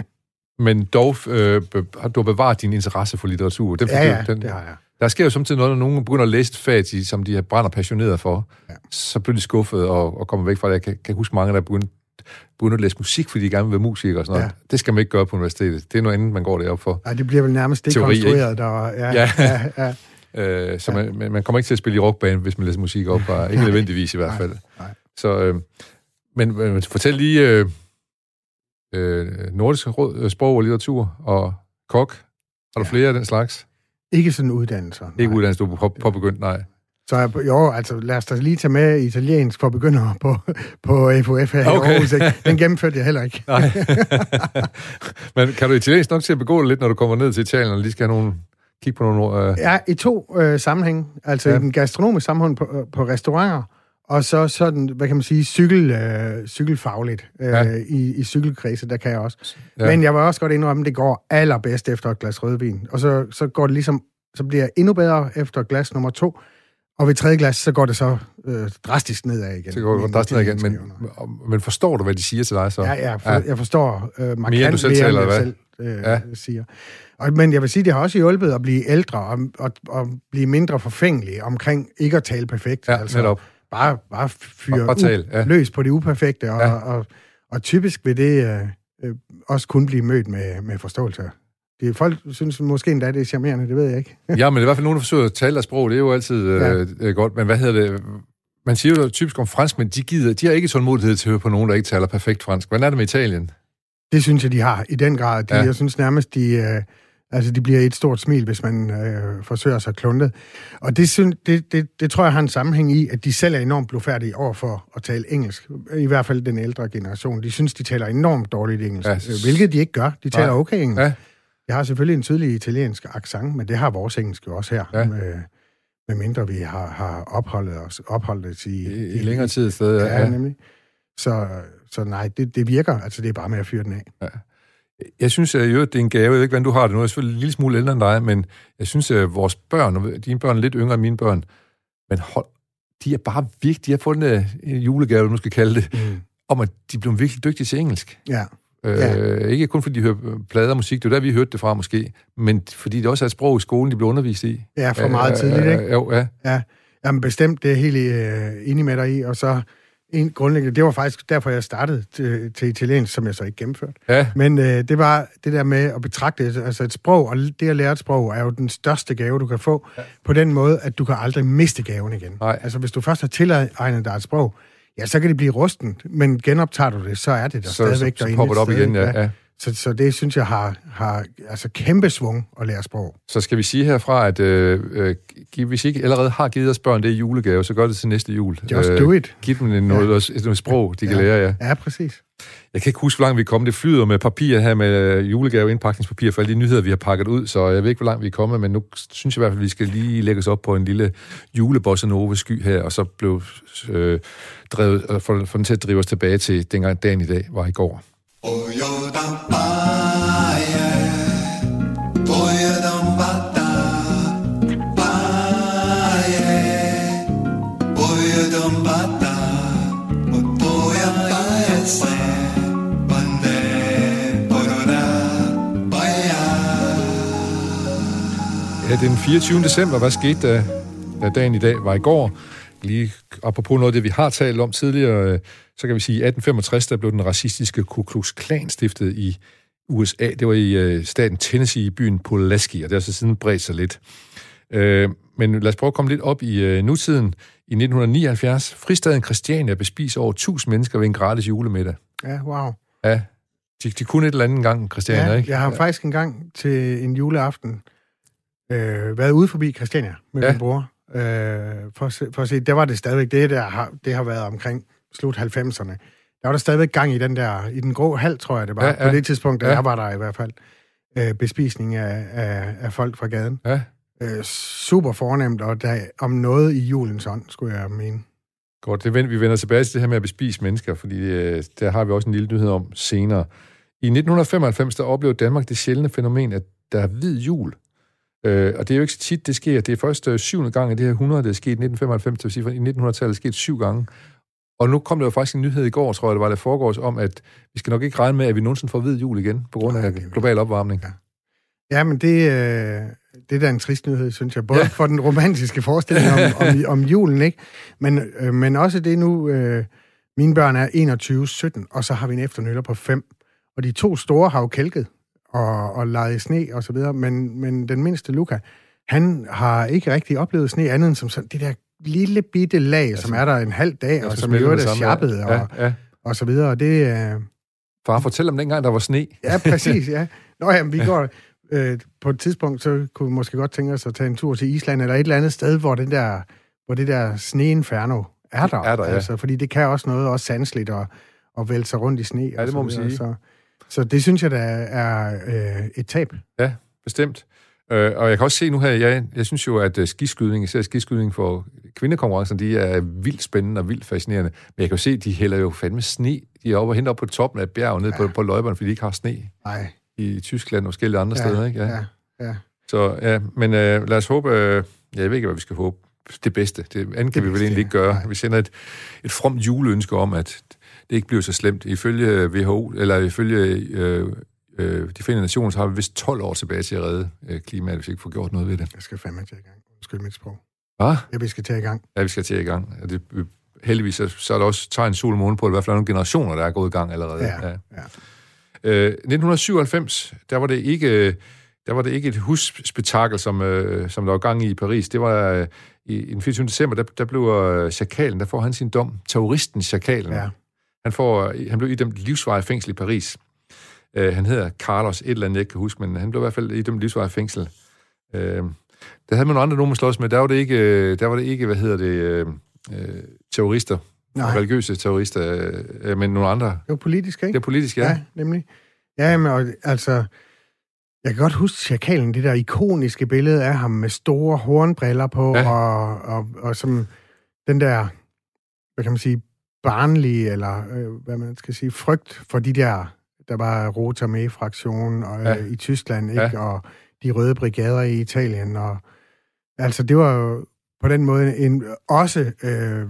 Men dog øh, har du bevaret din interesse for litteratur. Den, ja, ja, den, det har jeg. Der sker jo samtidig noget, når nogen begynder at læse et fag, som de brænder passioneret for, ja. så bliver de skuffet og, og kommer væk fra det. Jeg kan, kan huske mange, der begynder, begynder at læse musik, fordi de gerne vil være musikere og sådan noget. Ja. Det skal man ikke gøre på universitetet. Det er noget andet, man går derop for. Nej, det bliver vel nærmest dekonstrueret. Der, ja, ja. ja, ja. øh, så ja. Man, man kommer ikke til at spille i rockband, hvis man læser musik op, bare ikke nødvendigvis i hvert fald. Nej, nej. Så, øh, men, men fortæl lige... Øh, Øh, nordisk råd, sprog og litteratur og kok. Har du ja. flere af den slags? Ikke sådan uddannelser. Ikke uddannelser, du er påbegyndt, nej. Så jo, altså lad os da lige tage med italiensk for begyndere på, på F O F her okay. i Aarhus. Ikke? Den gennemførte jeg heller ikke. Nej. Men kan du italiensk nok til at begå det lidt, når du kommer ned til Italien, og lige skal have nogle, kigge på nogle... Øh... Ja, i to øh, sammenhæng. Altså ja. i den gastronomiske sammenhæng på, på restauranter, og så sådan, hvad kan man sige, cykel, øh, cykelfagligt øh, ja. i, i cykelkredse, der kan jeg også. Ja. Men jeg vil også godt indrømme, at det går allerbedst efter et glas rødvin. Og så, så går det ligesom, så bliver jeg endnu bedre efter glas nummer to. Og ved tredje glas, så går det så øh, drastisk nedad igen. Så går det drastisk nedad igen, men, men forstår du, hvad de siger til dig så? Ja, ja, for, ja. jeg forstår øh, markant mere, end du selv, mere, eller end hvad? jeg selv øh, ja. siger. Og, men jeg vil sige, det har også hjulpet at blive ældre og, og, og blive mindre forfængelig omkring ikke at tale perfekt. Ja, altså, netop. Bare, bare fyre bare tale, ja. løs på det uperfekte, og, ja. og, og, og typisk vil det øh, øh, også kun blive mødt med, med forståelse. Det, folk synes måske endda, det er charmerende, det ved jeg ikke. Ja, men det er i hvert fald nogen, der forsøger at tale deres sprog, det er jo altid øh, ja. godt, men hvad hedder det? Man siger jo typisk om franskmænd, de, gider, de har ikke tålmodighed til at høre på nogen, der ikke taler perfekt fransk. Hvordan er det med Italien? Det synes jeg, de har i den grad. De, ja. Jeg synes nærmest, de... Øh, Altså, de bliver et stort smil, hvis man øh, forsøger sig kluntet. Og det, synes, det, det, det tror jeg har en sammenhæng i, at de selv er enormt blufærdige over for at tale engelsk. I hvert fald den ældre generation. De synes, de taler enormt dårligt engelsk. Ja. Hvilket de ikke gør. De taler okay engelsk. Ja. Jeg har selvfølgelig en tydelig italiensk accent, men det har vores engelsk jo også her. Ja. Med, med mindre vi har, har opholdet os opholdet os i, I, i længere tid stadig. Ja, ja, nemlig. Så, så nej, det, det virker. Altså, det er bare med at fyre den af. Ja. Jeg synes, at det er en gave. Jeg ved ikke, hvordan du har det nu. Jeg er selvfølgelig en lille smule ældre end dig, men jeg synes, at vores børn, og dine børn er lidt yngre end mine børn, men hold, de er bare virkelig, de har fået en julegave, du måske kalde det, mm. om at de bliver virkelig dygtige til engelsk. Ja. Øh, ja. Ikke kun fordi de hører plader og musik, det er der, vi hørte det fra måske, men fordi det også er et sprog i skolen, de bliver undervist i. Ja, for meget øh, tidligt, ikke? Jo, ja. ja. Jamen bestemt, det er helt øh, enig med dig i, og så en grundlæggende, det var faktisk derfor, jeg startede til, til italiensk, som jeg så ikke gennemførte. Ja. Men øh, det var det der med at betragte altså et sprog, og det at lære et sprog, er jo den største gave, du kan få, ja. På den måde, at du kan aldrig miste gaven igen. Nej. Altså hvis du først har tilegnet dig et sprog, ja, så kan det blive rusten, men genoptager du det, så er det der så, stadigvæk så, så popper det op igen, ja. ja. Så, så det synes jeg har, har altså kæmpe svung at lære sprog. Så skal vi sige herfra, at øh, hvis I ikke allerede har givet os børn det i julegave, så gør det til næste jul. Just do it. Giv dem noget, ja. noget sprog, de kan ja. lære, ja. Ja, præcis. Jeg kan ikke huske, hvor langt vi er kommet. Det flyder med papir her, med julegave indpakningspapir for alle de nyheder, vi har pakket ud, så jeg ved ikke, hvor langt vi er kommet, men nu synes jeg i hvert fald, at vi skal lige lægge os op på en lille julebossa nova sky her, og så blev øh, drevet, øh, for, for den til at drive os tilbage til dengang dagen i dag var i går. Ja, det er den fireogtyvende december. Hvad skete der, da dagen i dag var i går? Lige apropos noget af det, vi har talt om tidligere, så kan vi sige, at i atten femogtres, der blev den racistiske Ku Klux Klan stiftet i U S A. Det var i staten Tennessee i byen Pulaski, og det har så siden bredt sig lidt. Men lad os prøve at komme lidt op i nutiden. I nitten nioghalvfjerds, fristaden Christiania bespiser over tusind mennesker ved en gratis julemiddag. Ja, wow. Ja, de, de kunne et eller andet gang, Christiania, ja, ikke? Jeg har faktisk en gang til en juleaften øh, været ude forbi Christiania med ja. min bror. Øh, for, at se, for at se, der var det stadigvæk det, der har, det har været omkring slut halvfemserne. Der var der stadigvæk gang i den der, i den grå hal, tror jeg det var, ja, ja. på det tidspunkt, da ja. jeg var der i hvert fald. Øh, bespisning af, af, af folk fra gaden. Ja. Øh, super fornemt, og der, om noget i julens ånd, skulle jeg mene. Godt, det vend, vi vender tilbage til det her med at bespise mennesker, fordi øh, der har vi også en lille nyhed om senere. I nitten femoghalvfems, der oplevede Danmark det sjældne fænomen, at der er hvid jul. Øh, og det er jo ikke så tit, det sker. Det er først øh, syvende gang i det her hundrede, det er sket i nitten femoghalvfems, det vil sige, i nittenhundredetallet er det sket syv gange. Og nu kom der jo faktisk en nyhed i går, tror jeg, det var, der foregås om, at vi skal nok ikke regne med, at vi nogensinde får hvid jul igen, på grund af global opvarmning. Ja. Ja, men det, øh, det er da en trist nyhed, synes jeg. Både ja. for den romantiske forestilling om, om, om julen, ikke? Men, øh, men også det nu, øh, mine børn er enogtyve sytten, og så har vi en efternytter på fem. Og de to store har jo kælket og, og leget i sne og så videre, men, men den mindste, Luca, han har ikke rigtig oplevet sne andet end som sådan, det der lille bitte lag, ja, som er der en halv dag, og som i øvrigt er sjappet og, ja, ja. og så videre. Og det, øh... Far, fortæl om dengang, der var sne. Ja, præcis, ja. Nå ja, vi går... Øh, på et tidspunkt, så kunne vi måske godt tænke os at tage en tur til Island, eller et eller andet sted, hvor den der, hvor det der sneinferno er der. Er der, ja. Altså, fordi det kan også noget, også sandsligt, og, og vælte sig rundt i sne. Ja, det må man sige. Så, så det synes jeg, der er øh, et tab. Ja, bestemt. Øh, og jeg kan også se nu her, jeg, jeg synes jo, at uh, skiskydning, især skiskydning for kvindekonkurrencen, de er vildt spændende og vildt fascinerende. Men jeg kan jo se, at de hælder jo fandme sne. De er oppe og henter op på toppen af et bjerg, ned ja. på, på løjperne, fordi de ikke har sne. Nej. I Tyskland og forskellige andre ja, steder, ikke? Ja, ja. ja. Så ja, men øh, lad os håbe, øh, ja, jeg ved ikke, hvad vi skal håbe, det bedste. Det andet kan det vi vel egentlig ikke gøre. Nej. Vi sender et, et fromt juleønske om, at det ikke bliver så slemt. Ifølge W H O, eller ifølge øh, øh, de Forenede Nationer, så har vi vist tolv år tilbage til at redde øh, klimaet, hvis vi ikke får gjort noget ved det. Jeg skal fandme til i gang. Undskyld mit sprog. Hvad? Ja, vi skal til i gang. Ja, vi skal til i gang. Ja, det, heldigvis så, så er der også tegn sol og måne på, at i hvert fald nogle generationer, der er gået i gang allerede. Ja, ja. ja. Øh, nitten syvoghalvfems, der var det ikke... Der var det ikke et husspektakel, som, øh, som der var gang i i Paris. Det var øh, i den fireogtyvende december, der, der blev øh, Chakalen, der får han sin dom. Terroristen Chakalen. Ja. Han, får, han blev idømt livsvarig fængsel i Paris. Øh, han hedder Carlos, et eller andet, jeg ikke kan huske, men han blev i hvert fald idømt livsvarig fængsel. Øh, der havde man nogle andre nogen, man slås med. Der var det ikke, der var det ikke hvad hedder det, øh, terrorister, Nej. religiøse terrorister, øh, men nogle andre. Det var politisk, ikke? Det var politisk, ja. Ja, nemlig. Ja, men altså... Jeg kan godt huske Chakalen, det der ikoniske billede af ham med store hornbriller på, ja. og, og, og som den der, hvad kan man sige, barnlige, eller øh, hvad man skal sige, frygt for de der, der var Rota Mee-fraktionen og, ja. øh, i Tyskland, ikke? Ja. Og de røde brigader i Italien. Og, altså, det var jo på den måde en, også øh,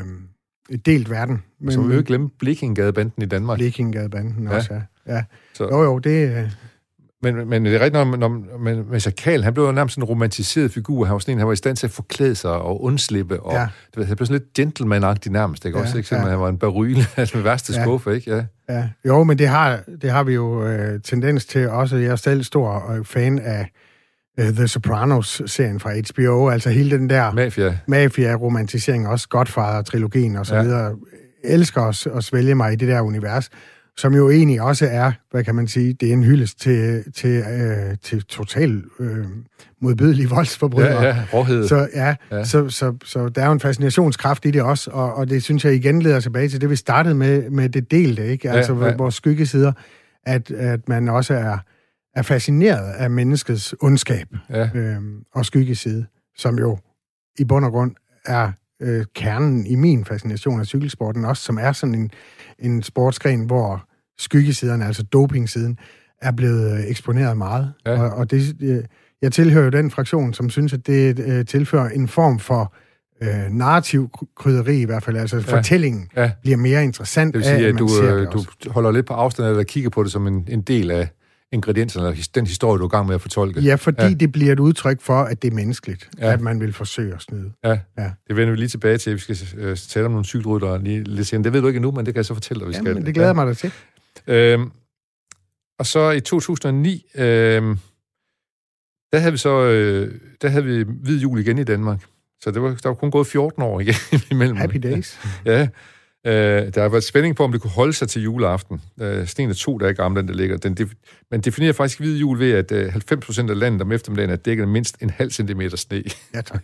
et delt verden. Men, så må vi jo ikke glemme Blekingegadebanden i Danmark. Blekingegadebanden ja. også, ja. ja. Så. Jo, jo, det... Øh, Men, men det er rigtigt, når, når men, men Chakal, han blev jo nærmest en romantiseret figur. Han var sådan en, han var i stand til at forklæde sig og undslippe, og ja. det, det blev sådan lidt gentleman-agtig nærmest, ikke? Ja, også, ikke? Selvom ja. han var en baryle, altså med værste ja. skuffe, ikke? Ja. ja. Jo, men det har, det har vi jo øh, tendens til også. Jeg er selv stor fan af øh, The Sopranos-serien fra H B O, altså hele den der Mafia. Mafia-romantisering, også Godfather-trilogien og så ja. videre. Jeg elsker at, at svælge mig i det der univers, som jo egentlig også er, hvad kan man sige, det er en hyldest til, til, øh, til total øh, modbydelige voldsforbrydere. Ja, ja, råhed. Så, ja, ja. Så, så, så der er jo en fascinationskraft i det også, og, og det synes jeg igen leder tilbage til det, vi startede med, med det delte, ikke? Altså ja, ja. vores skyggesider, at, at man også er, er fascineret af menneskets ondskab ja. øh, og skyggeside, som jo i bund og grund er øh, kernen i min fascination af cykelsporten også, som er sådan en en sportsgren, hvor skyggesiderne, altså dopingsiden, er blevet eksponeret meget. Ja. Og, og det, jeg tilhører jo den fraktion, som synes, at det øh, tilfører en form for øh, narrativ krydderi i hvert fald. Altså ja. fortællingen ja. bliver mere interessant. Det vil sige, af, at, at du, øh, du holder lidt på afstand, eller kigger på det som en, en del af ingredienserne, eller den historie, du er i gang med at fortolke. Ja, fordi ja. det bliver et udtryk for, at det er menneskeligt, ja. at man vil forsøge at snyde. Ja, ja. Det vender vi lige tilbage til. Vi skal uh, tale om nogle cykelryttere lige lidt senere. Det ved du ikke endnu, men det kan jeg så fortælle dig, vi skal. Jamen, det glæder ja. mig da til. Øhm, og så i to tusind og ni, øhm, der havde vi så øh, der havde vi hvid jul igen i Danmark. Så det var, der var kun gået fjorten år igen imellem. Happy days. Ja. Uh, der har været spænding på, om det kunne holde sig til juleaften. Uh, Sten er to dage gammel, den der ligger. Den def- man definerer faktisk hvid jul ved, at uh, halvfems procent af landet om eftermiddagen er dækket af mindst en halv centimeter sne. Ja, tak.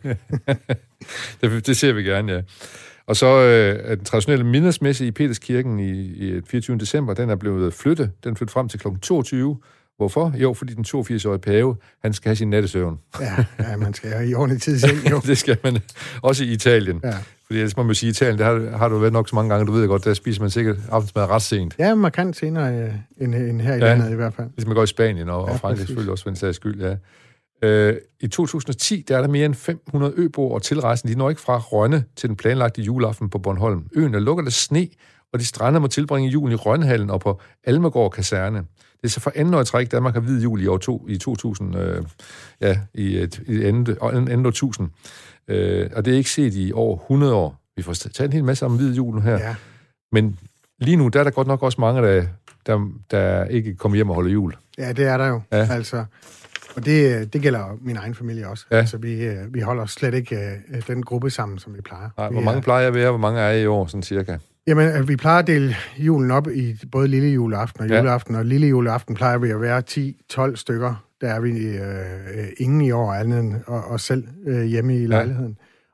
det, det ser vi gerne, ja. Og så uh, er den traditionelle middagsmesse i Peterskirken i, i fireogtyvende december, den er blevet flyttet. Den flyttet frem til klokken toogtyve. Hvorfor? Jo, fordi den toogfirs-årige pave, han skal have sin nattesøvn. ja, ja, man skal have i ordentlig tid selv, jo. Det skal man. Også i Italien. Ja. Fordi ellers må man sige, Italien, det har, har du været nok så mange gange, du ved godt, der spiser man sikkert aftensmad ret sent. Ja, man kan senere end, end her i ja, landet i hvert fald. Hvis man går i Spanien og, ja, og Frankrig selvfølgelig også, for en sags skyld, ja. Øh, I to tusind og ti, der er der mere end fem hundrede øboer og tilrejsende. De når ikke fra Rønne til den planlagte juleaften på Bornholm. Øen er lukket af sne, og de strander må tilbringe julen i Rønnehallen og på Almegård Kaserne. Det er så for anden år i træk, Danmark har hvid jul i år to, i to tusind, øh, ja, i et, i andet, andet årtusind. Øh, og det er ikke set i over hundrede år. Vi får taget en hel masse om hvid jul nu her. Ja. Men lige nu, der er der godt nok også mange, der, der, der ikke kommer hjem og holder jul. Ja, det er der jo. Ja. Altså, og det, det gælder min egen familie også. Ja. Altså, vi, vi holder slet ikke uh, den gruppe sammen, som vi plejer. Nej, hvor mange er, plejer jeg at være? Hvor mange er I i år, sådan cirka? Jamen, vi plejer at dele julen op i både lille juleaften og ja. juleaften, og lille juleaften plejer vi at være ti tolv stykker. Der er vi øh, ingen i år, andet end os selv øh, hjemme i lejligheden. Ja.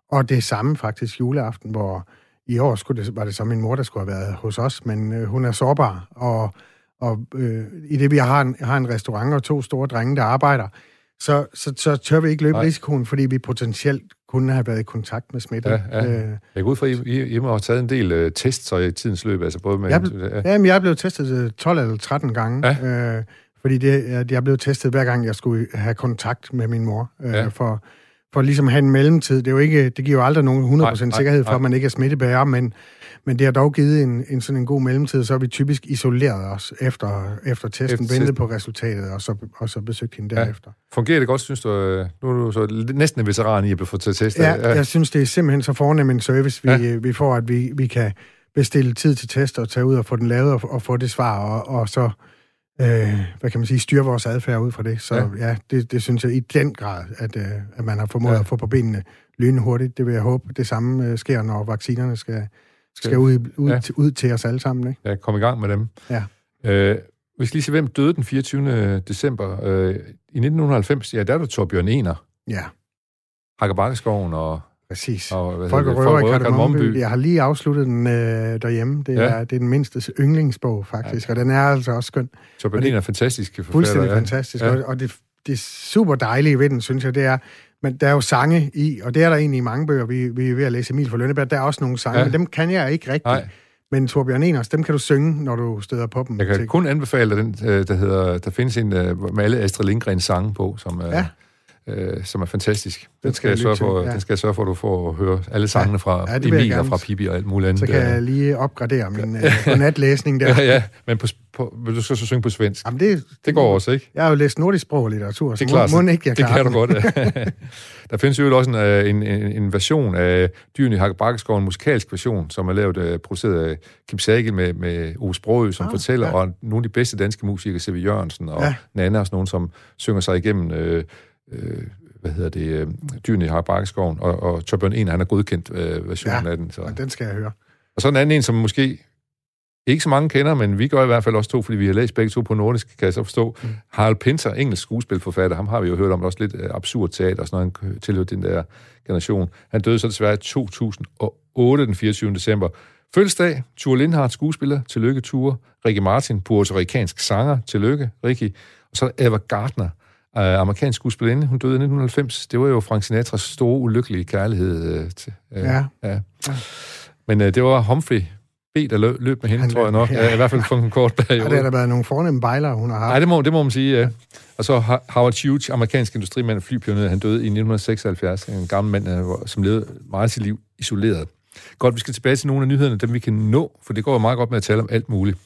Og det samme faktisk juleaften, hvor i år skulle det, var det så min mor, der skulle have været hos os, men øh, hun er sårbar, og, og øh, i det vi har en, har en restaurant og to store drenge, der arbejder, så, så, så tør vi ikke løbe Nej. risikoen, fordi vi potentielt kunne have været i kontakt med smitte. Ja, ja. Øh, jeg går ud fra, at I, I må have taget en del uh, tests i tidens løb, altså både med... Jeg, ja. Jamen, jeg er blevet testet tolv eller tretten gange, ja. øh, fordi det, jeg blev testet hver gang, jeg skulle have kontakt med min mor, øh, ja. for, for ligesom at have en mellemtid. Det, er jo ikke, det giver jo aldrig nogen hundrede procent nej, sikkerhed for, nej. at man ikke er smittebærer, men, men det har dog givet en, en sådan en god mellemtid, så har vi typisk isoleret os efter, efter testen, efter ventet på resultatet, og så, og så besøgt hende ja. derefter. Fungerer det godt, synes du? Nu er du så næsten en veteran i at blive fået til testet. Ja, ja, jeg synes, det er simpelthen så fornem en service, vi, ja. vi får, at vi, vi kan bestille tid til test og tage ud og få den lavet og, og få det svar, og, og så øh, hvad kan man sige, styre vores adfærd ud fra det. Så ja, ja det, det synes jeg i den grad, at, øh, at man har formået ja. at få på benene lynhurtigt. Det vil jeg håbe, det samme øh, sker, når vaccinerne skal, skal ud, ud, ja. til, ud til os alle sammen. Ikke? Ja, kom i gang med dem. Ja. Øh, vi skal lige se, hvem døde den fireogtyvende december. Øh, I nitten halvfems, ja, der er der Torbjørn Ener. Ja. Hakker Bakkeskoven og... Præcis. Og, Folk og røver i Kardemommeby. Jeg har lige afsluttet den øh, derhjemme. Det er, ja. det er den mindste yndlingsbog, faktisk, ja. og den er altså også skøn. Torbjørn Ener er fantastisk forfatter. Fuldstændig ja. fantastisk, ja. og det, det super dejlige ved den, synes jeg, det er, men der er jo sange i, og det er der egentlig i mange bøger. Vi, vi er ved at læse Emil fra Lønneberg. Der er også nogle sange, ja. men dem kan jeg ikke rigtigt. Nej. Men Torbjørn Eners, dem kan du synge, når du støder på dem. Jeg kan kun anbefale dig den, der hedder, der findes en med alle Astrid Lindgrens sange på, som er... Ja. Øh, som er fantastisk. Den skal, den skal, jeg, sørge for, ja. den skal jeg sørge for, at du får at høre alle sangene fra ja, Emil og fra Pippi og alt muligt andet. Så kan jeg lige opgradere min uh, natlæsning der. ja, ja, men på, på, vil du så, så synge på svensk? Jamen det, det går også, ikke? Jeg har jo læst nordisk sprog og litteratur, så må, må ikke, jeg det kan du godt. Der findes jo også en, en, en, en version af Dyrene i Hakker Bakkeskoven, en musikalsk version, som er lavet uh, produceret af Kim Sagel med, med Ove Sprogøe, som ah, fortæller, ja. og nogle af de bedste danske musikere, C V Jørgensen og ja. Nanna, og sådan nogen, som synger sig igennem... Øh, øh, hvad hedder det, Dyrene i Hakker Bakkeskoven, og, og Torbjørn Ener, han har godkendt øh, versionen ja, af den. Så. Og den skal jeg høre. Og så en anden en, som måske ikke så mange kender, men vi gør i hvert fald også to, fordi vi har læst begge to på nordisk, kan jeg så forstå. Mm. Harald Pinter, engelsk skuespilforfatter, ham har vi jo hørt om, også lidt absurd teater, og sådan noget, han tilhørte den der generation. Han døde så desværre i to tusind og otte, den fireogtyvende december. Fødselsdag, Thure Lindhardt, skuespiller, tillykke Thure. Ricky Martin, puertoricansk sanger, tillykke Ricky. Og så er Ava Gardner, Uh, amerikansk skuespillerinde, hun døde i nitten halvfems. Det var jo Frank Sinatras store, ulykkelige kærlighed. Uh, til, uh, ja. ja. Men uh, det var Humphrey B., der løb, løb med hende, Han, tror jeg nok. Ja. Uh, I hvert fald for en kort periode. Ja, det har der været nogle fornemme bejlere, hun har haft. Nej, det må, det må man sige, ja. Og så Howard Hughes, amerikansk industrimand og flypioner, han døde i nitten seksoghalvfjerds. En gammel mand, som levede meget sit liv isoleret. Godt, vi skal tilbage til nogle af nyhederne, dem vi kan nå, for det går jo meget godt med at tale om alt muligt.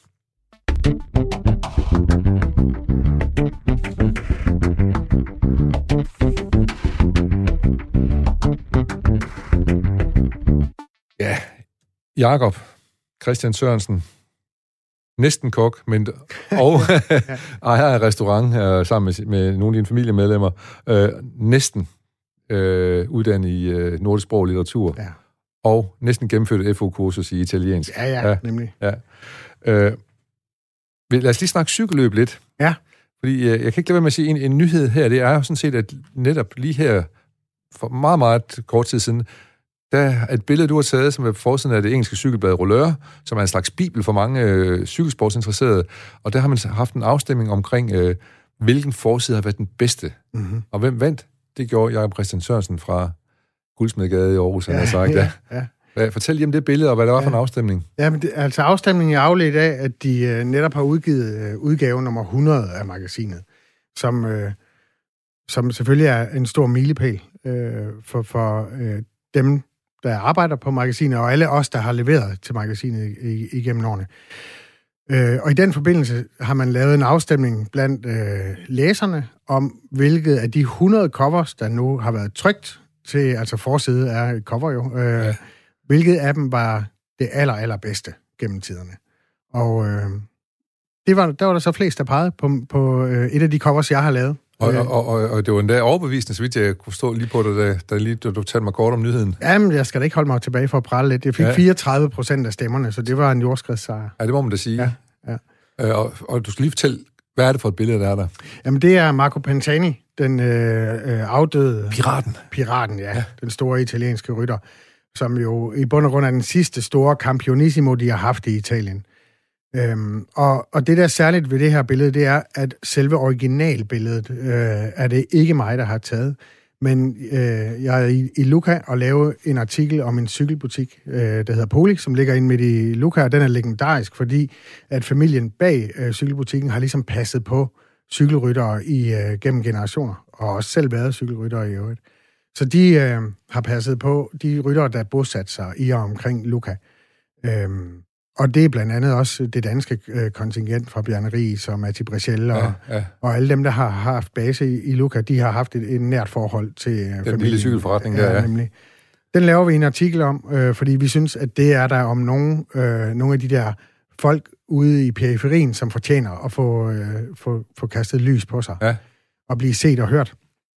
Ja, Jakob Christian Sørensen, næsten kok, men og ejer af restaurant her sammen med, med nogle af dine familiemedlemmer, øh, næsten øh, uddannet i øh, nordisk sprog og litteratur, ja. og næsten gennemført et F O-kursus i italiensk. Ja, ja, ja. nemlig. Ja. Øh, lad os lige snakke cykelløb lidt. Ja. Fordi øh, jeg kan ikke lade være med at sige, en, en nyhed her, det er jo sådan set, at netop lige her, for meget, meget kort tid siden, der er et billede, du har taget, som er på forsiden af det engelske cykelblad Rollør, som er en slags bibel for mange øh, cykelsportsinteresserede, og der har man haft en afstemning omkring, øh, hvilken forside har været den bedste. Mm-hmm. Og hvem vandt? Det gjorde Jakob Christian Sørensen fra Guldsmedegade i Aarhus, han ja, har sagt. Ja, ja. Ja. Fortæl lige om det billede, og hvad det var ja. for en afstemning. Ja, men det, altså afstemningen er afledt af, at de øh, netop har udgivet øh, udgave nummer hundrede af magasinet, som, øh, som selvfølgelig er en stor milepæl øh, for, for øh, dem, der arbejder på magasinet, og alle os, der har leveret til magasinet igennem årene. Øh, og i den forbindelse har man lavet en afstemning blandt øh, læserne om, hvilket af de hundrede covers, der nu har været trykt til, altså forside er et cover jo, øh, ja. hvilket af dem var det aller, allerbedste gennem tiderne. Og øh, det var, der var der så flest, der pegede på, på øh, et af de covers, jeg har lavet. Og, og, og, og det var endda overbevisende, så vidt jeg kunne stå lige på det, da, da, lige, da du talte mig kort om nyheden. Jamen, jeg skal da ikke holde mig tilbage for at prale lidt. Jeg fik ja. fireogtredive procent af stemmerne, så det var en jordskredssejr. Ja, det må man da sige. Ja, ja. Øh, og, og du skal lige fortælle, hvad er det for et billede, der er der? Jamen, det er Marco Pantani, den øh, øh, afdøde... Piraten. Piraten, ja, ja. Den store italienske rytter, som jo i bund og grund er den sidste store Campionissimo, de har haft i Italien. Øhm, og, og det, der er særligt ved det her billede, det er, at selve originalbilledet øh, er det ikke mig, der har taget. Men øh, jeg er i, i Lucca og laver en artikel om en cykelbutik, øh, der hedder Poli, som ligger inde midt i Lucca, og den er legendarisk, fordi at familien bag øh, cykelbutikken har ligesom passet på cykelryttere i, øh, gennem generationer, og også selv været cykelryttere i øvrigt. Så de øh, har passet på de ryttere, der bosat sig i og omkring Lucca. Øhm, og det er blandt andet også det danske øh, kontingent fra Bjarne Riis og Matti Brichel og, ja, ja. og alle dem, der har haft base i, i Lucca, de har haft et, et nært forhold til øh, familien. Den lille cykelforretning der, ja. Nemlig. Den laver vi en artikel om, øh, fordi vi synes, at det er der om nogle, øh, nogle af de der folk ude i periferien, som fortjener at få, øh, få, få kastet lys på sig ja. og blive set og hørt.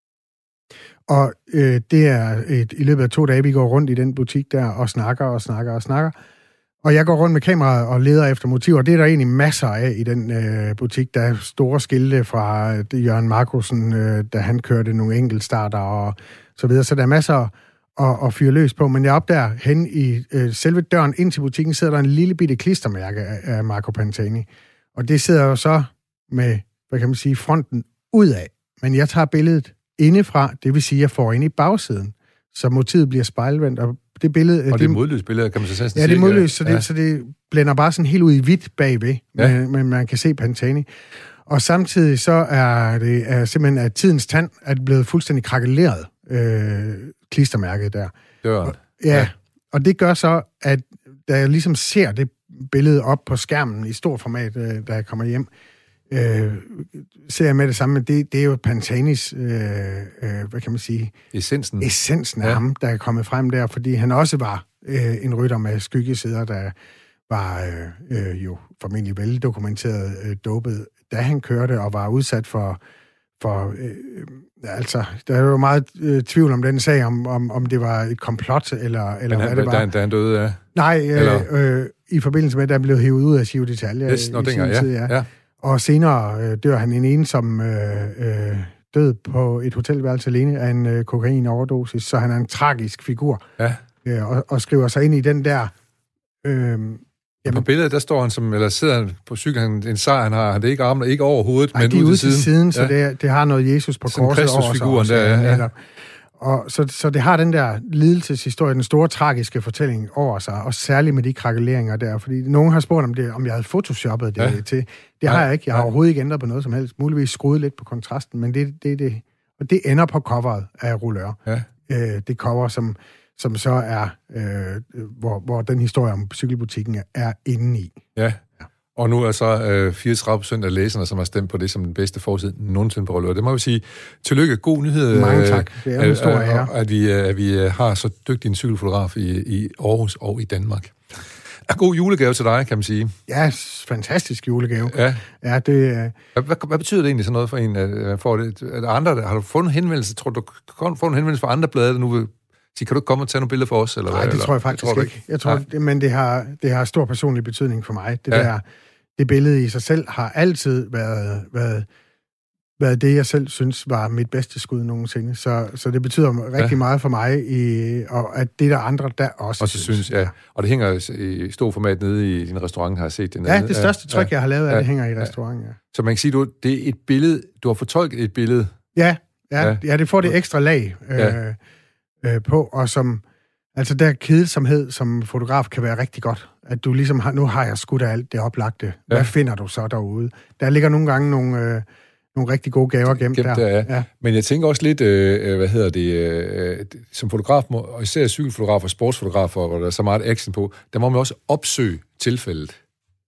Og øh, det er et, i løbet af to dage, vi går rundt i den butik der og snakker og snakker og snakker. Og jeg går rundt med kameraet og leder efter motiver. Det er der egentlig masser af i den øh, butik. Der er store skilte fra øh, Jørgen Markusen, øh, da han kørte nogle enkeltstarter og så videre. Så der er masser at, at fyre løs på. Men jeg opdager hen i øh, selve døren ind til butikken, sidder der en lille bitte klistermærke af, af Marco Pantani. Og det sidder jo så med, hvad kan man sige, fronten ud af. Men jeg tager billedet indefra, det vil sige, at jeg får ind i bagsiden. Så motivet bliver spejlvendt, og det billede... Og det er modløst billede, kan man så sige. Ja, det er modløst, så det, ja. så det blænder bare sådan helt ud i hvidt bagved, ja. men, men man kan se Pantani. Og samtidig så er det er simpelthen, at tidens tand er blevet fuldstændig krakeleret, øh, klistermærket der. Døren. Og, ja, ja, og det gør så, at da jeg ligesom ser det billede op på skærmen i stor format, øh, da jeg kommer hjem, Øh, ser jeg med det samme, men det, det er jo Pantanis, øh, øh, hvad kan man sige? Essensen. Essensen af ja. ham, der er kommet frem der, fordi han også var øh, en rytter med skyggesider, der var øh, øh, jo formentlig veldokumenteret øh, dopet, da han kørte, og var udsat for, for øh, altså, der er jo meget øh, tvivl om den sag, om, om, om det var et komplot, eller, eller han, hvad det var. Da, da han døde, ja. Nej, øh, øh, i forbindelse med, at han blev hævet ud af Giro d'Italia. Yes, i sin ja. tid, ja. ja. Og senere øh, dør han en ensom øh, øh, død på et hotelværelse alene af en øh, kokain-overdosis, så han er en tragisk figur. Ja. Øh, og, og skriver sig ind i den der... Øh, jamen, på billedet, der står han som, eller sidder han på cyklen, en sejr, han har, han er ikke armen, ikke over hovedet, ej, men de ud til siden. siden, så ja. det, det har noget Jesus på sådan korset over sig. Også, der, ja. ja. Og så, så det har den der lidelseshistorie, den store tragiske fortælling over sig, og særligt med de krakeleringer der, fordi nogen har spurgt om det, om jeg havde photoshoppet det ja. til. Det har jeg ikke. Jeg har nej. overhovedet ikke ændret på noget som helst. Muligvis skruet lidt på kontrasten, men det det, det. Og det ender på coveret af Rullør. Ja. Øh, det cover, som, som så er, øh, hvor, hvor den historie om cykelbutikken er inde i. Ja. ja. Og nu er så øh, fireogtredive procent af læserne, som har stemt på det som den bedste forside nogensinde på Rullør. Det må vi sige, tillykke, god nyhed. Mange tak. Det er en stor ære. At vi, at vi har så dygtig en cykelfotograf i, i Aarhus og i Danmark. God julegave til dig, kan man sige. Ja, fantastisk julegave. Ja. Ja, det, hvad, hvad, hvad betyder det egentlig sådan noget for en? At får det, at andre, har du fundet henvendelse? Tror du, du kan få en henvendelse fra andre blade, der nu vil sige, kan du komme og tage nogle billeder for os? Eller nej, hvad? det tror jeg faktisk tror ikke. Jeg tror, det, men det har, det har stor personlig betydning for mig. Det, ja. der, det billede i sig selv har altid været, været, været det, jeg selv synes var mit bedste skud nogensinde. Så, så det betyder rigtig ja. meget for mig, i, og at det der andre, der også, også synes. synes ja. Og det hænger i stor format nede i din restaurant, har jeg set det nede. Ja, det største tryk, ja. jeg har lavet af ja. det, hænger i restauranten, ja. Så man kan sige, du, det er et billede, du har fortolket et billede. Ja, ja, ja. ja det får det ekstra lag øh, ja. øh, på, og som, altså der kedsomhed som fotograf kan være rigtig godt. At du ligesom har, nu har jeg skudt af alt det oplagte. Hvad ja. finder du så derude? Der ligger nogle gange nogle... Øh, Nogle rigtig gode gaver gemt, gemt der. der ja. Ja. Men jeg tænker også lidt, øh, hvad hedder det, øh, som fotograf, og især cykelfotografer og sportsfotografer, hvor der er så meget action på, der må man også opsøge tilfældet.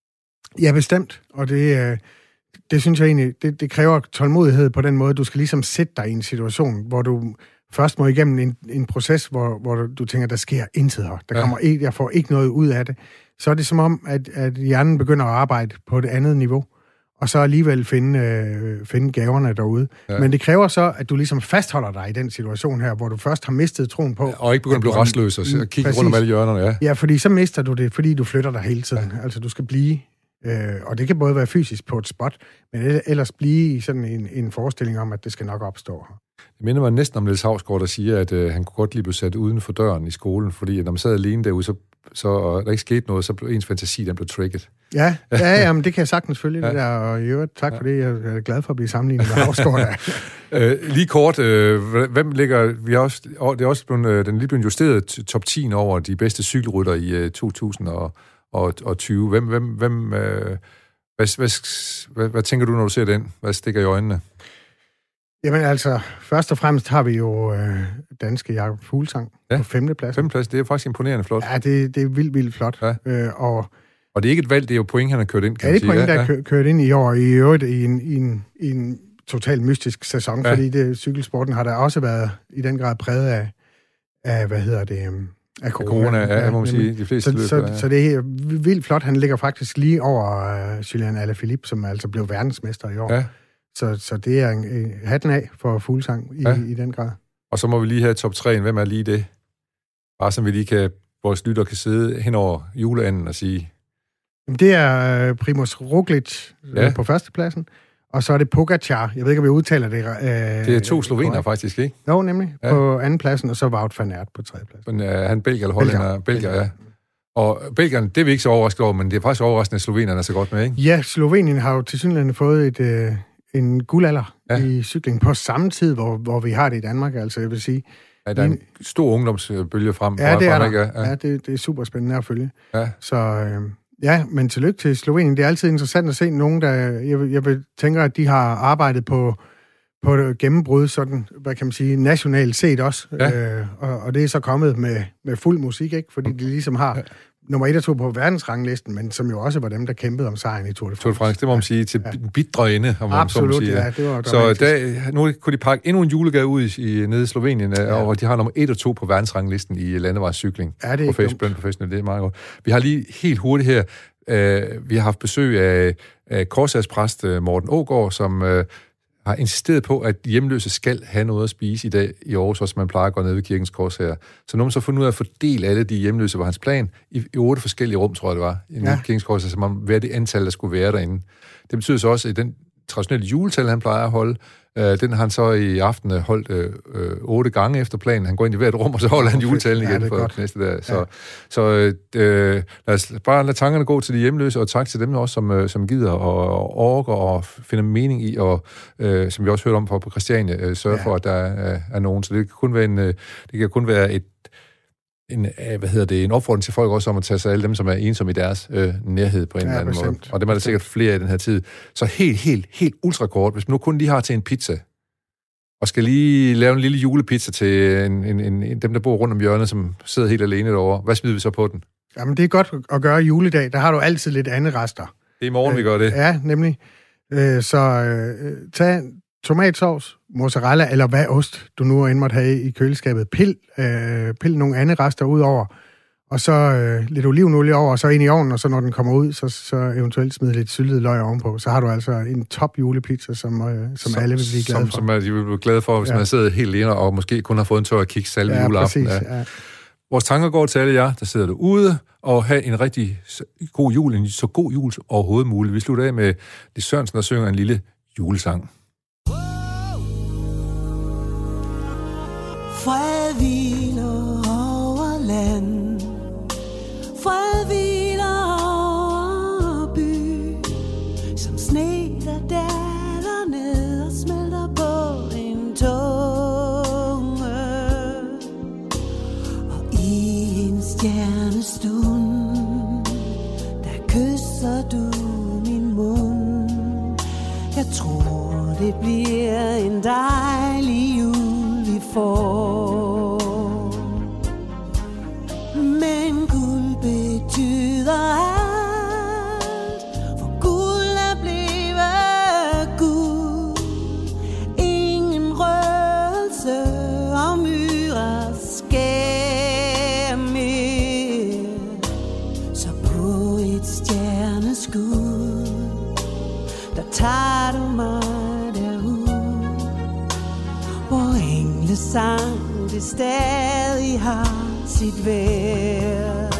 Ja, bestemt. Og det, øh, det synes jeg egentlig, det, det kræver tålmodighed på den måde. Du skal ligesom sætte dig i en situation, hvor du først må igennem en, en proces, hvor, hvor du tænker, der sker intet her. Der ja. kommer ikke, jeg får ikke noget ud af det. Så er det som om, at, at hjernen begynder at arbejde på et andet niveau. Og så alligevel finde, øh, finde gaverne derude. Ja. Men det kræver så, at du ligesom fastholder dig i den situation her, hvor du først har mistet troen på... Ja, og ikke begynder at blive restløs og kigge rundt om alle hjørnerne, ja. Ja, fordi så mister du det, fordi du flytter dig hele tiden. Ja. Altså, du skal blive Øh, og det kan både være fysisk på et spot, men ellers blive i sådan en, en forestilling om, at det skal nok opstå her. Det minder mig næsten om Niels Hausgaard, der siger, at øh, han kunne godt lige blive sat uden for døren i skolen, fordi når man sad alene derude, så, så og der ikke skete noget, så blev ens fantasi, den blev trigget. Ja, ja jamen, det kan jeg sagtens følge, ja. Det der, og i øvrigt, tak ja. for det. Jeg er glad for at blive sammenlignet med Hausgaard. øh, lige kort, øh, hvem ligger, vi har også, det er også blevet, den er lige blevet justeret top ti over de bedste cykelrytter i øh, to tusind og tyve. Hvem, hvem, hvem øh, hvad, hvad, hvad, hvad tænker du, når du ser den? Hvad stikker i øjnene? Jamen altså, først og fremmest har vi jo øh, danske Jakob Fuglsang ja. på femteplads. Femteplads, det er faktisk imponerende flot. Ja, det, det er vildt, vildt flot. Ja. Øh, og, og det er ikke et valg, det er jo point, han har kørt ind, kan ja, man sige. Ja, det er point, der er kørt ind i år, i øvrigt i en, i en, i en totalt mystisk sæson, ja. fordi det, cykelsporten har der også været i den grad præget af, af hvad hedder det, af corona. corona ja, ja, må man sige. De fleste så, løb, så, ja. så det er vildt flot. Han ligger faktisk lige over uh, Julian Alaphilippe, som altså blev verdensmester i år. Ja. Så, så det er en, en hatten af for Fuglsang i, ja. i den grad. Og så må vi lige have top tre. Hvem er lige det? Bare så vi lige kan, vores lytter kan sidde hen over juleanden og sige... Det er Primož Roglič ja. på førstepladsen, og så er det Pogačar. Jeg ved ikke, om jeg udtaler det. Øh, det er to slovener faktisk, ikke? Jo, nemlig. Ja. På andenpladsen, og så Wout van Aert på tredjepladsen. Men uh, han belgier eller hollænder? Belgier, ja. Og belgierne, det er vi ikke så overrasket over, men det er faktisk overraskende, at slovenerne er så godt med, ikke? Ja, Slovenien har jo tilsyneladende fået et... Øh, en guldalder ja. i cykling på samme tid, hvor, hvor vi har det i Danmark, altså jeg vil sige. Ja, der er en stor ungdomsbølge frem. Ja, det er der. Ja, ja det, det er super spændende at følge. Ja. Så øh, ja, men tillykke til Slovenien. Det er altid interessant at se nogen, der, jeg, jeg vil tænker, at de har arbejdet på, på gennembrud, sådan, hvad kan man sige, nationalt set også. Ja. Øh, og, og det er så kommet med, med fuld musik, ikke? Fordi de ligesom har... Ja. nummer et og to på verdensranglisten, men som jo også var dem, der kæmpede om sejren i Tour de France. Tour de France, det må man sige, til ja. bitre ende. Om Absolut, man, sige. ja. Det var så der, nu kunne de pakke endnu en julegave ud i, i nede i Slovenien, ja. og de har nummer et og to på verdensranglisten i landevejscykling. Ja, det er professionelt, professionelt, det er meget godt. Vi har lige helt hurtigt her, øh, vi har haft besøg af, af Korsagspræst Morten Aagaard, som øh, har insisteret på, at hjemløse skal have noget at spise i dag i Aarhus, også man plejer at gå ned ved Kirkens Korshær. Så nu har man så fundet ud af at fordele alle de hjemløse på hans plan i, i otte forskellige rum, tror jeg det var, i ja. Kirkens Korshær, så man hver det antal, der skulle være derinde. Det betyder så også, at den traditionelle juletal, han plejer at holde, øh, den har han så i aften holdt øh, øh, otte gange efter planen. Han går ind i hvert rum, og så holder han juletalen igen ja, for næste dag. Så, ja. så øh, lad os bare lade tankerne gå til de hjemløse, og tak til dem også, som, øh, som gider og orker og finder mening i, og øh, som vi også hørte om på, på Christiania, øh, sørge ja. for, at der er, er nogen. Så det kan kun være, en, øh, det kan kun være et En, hvad hedder det, en opfordring til folk også om at tage sig af alle dem, som er ensomme i deres øh, nærhed på en ja, eller anden bestemt. måde. Og det er der sikkert flere i den her tid. Så helt, helt, helt ultrakort, hvis man nu kun lige har til en pizza, og skal lige lave en lille julepizza til en, en, en, dem, der bor rundt om hjørnet, som sidder helt alene derovre, hvad smider vi så på den? Jamen, det er godt at gøre juledag. Der har du altid lidt andet rester. Det er i morgen, øh, vi gør det. Ja, nemlig. Øh, så øh, tag tomatsovs, mozzarella, eller hvad ost, du nu end måtte have i køleskabet. Pil, øh, pil nogle andre rester ud over, og så øh, lidt olivenolie over, og så ind i ovnen, og så når den kommer ud, så, så eventuelt smide lidt syltet løg ovenpå. Så har du altså en top julepizza, som, øh, som, som alle vil blive glade som, for. Som de vil blive glade for, hvis ja. man sidder helt alene, og måske kun har fået en tør kiks salve ja, juleaften. Præcis, ja. Vores tanker går til alle jer, der sidder derude, og have en rigtig god jul, en så god jul som overhovedet muligt. Vi slutter af med Lis Sørensen, der synger en lille julesang. Fred hviler over land, fred hviler over by, som sne, der daler ned og smelter på en tunge. Og i en stjernestund, der kysser du min mund. Jeg tror, det bliver en dejlig jul, vi får. Men guld betyder alt, for guld er blevet guld. Ingen røgelse og myrer skær mere. Så på et stjerneskud, der tager du mig derud, hvor englesang det stadig har sit værd.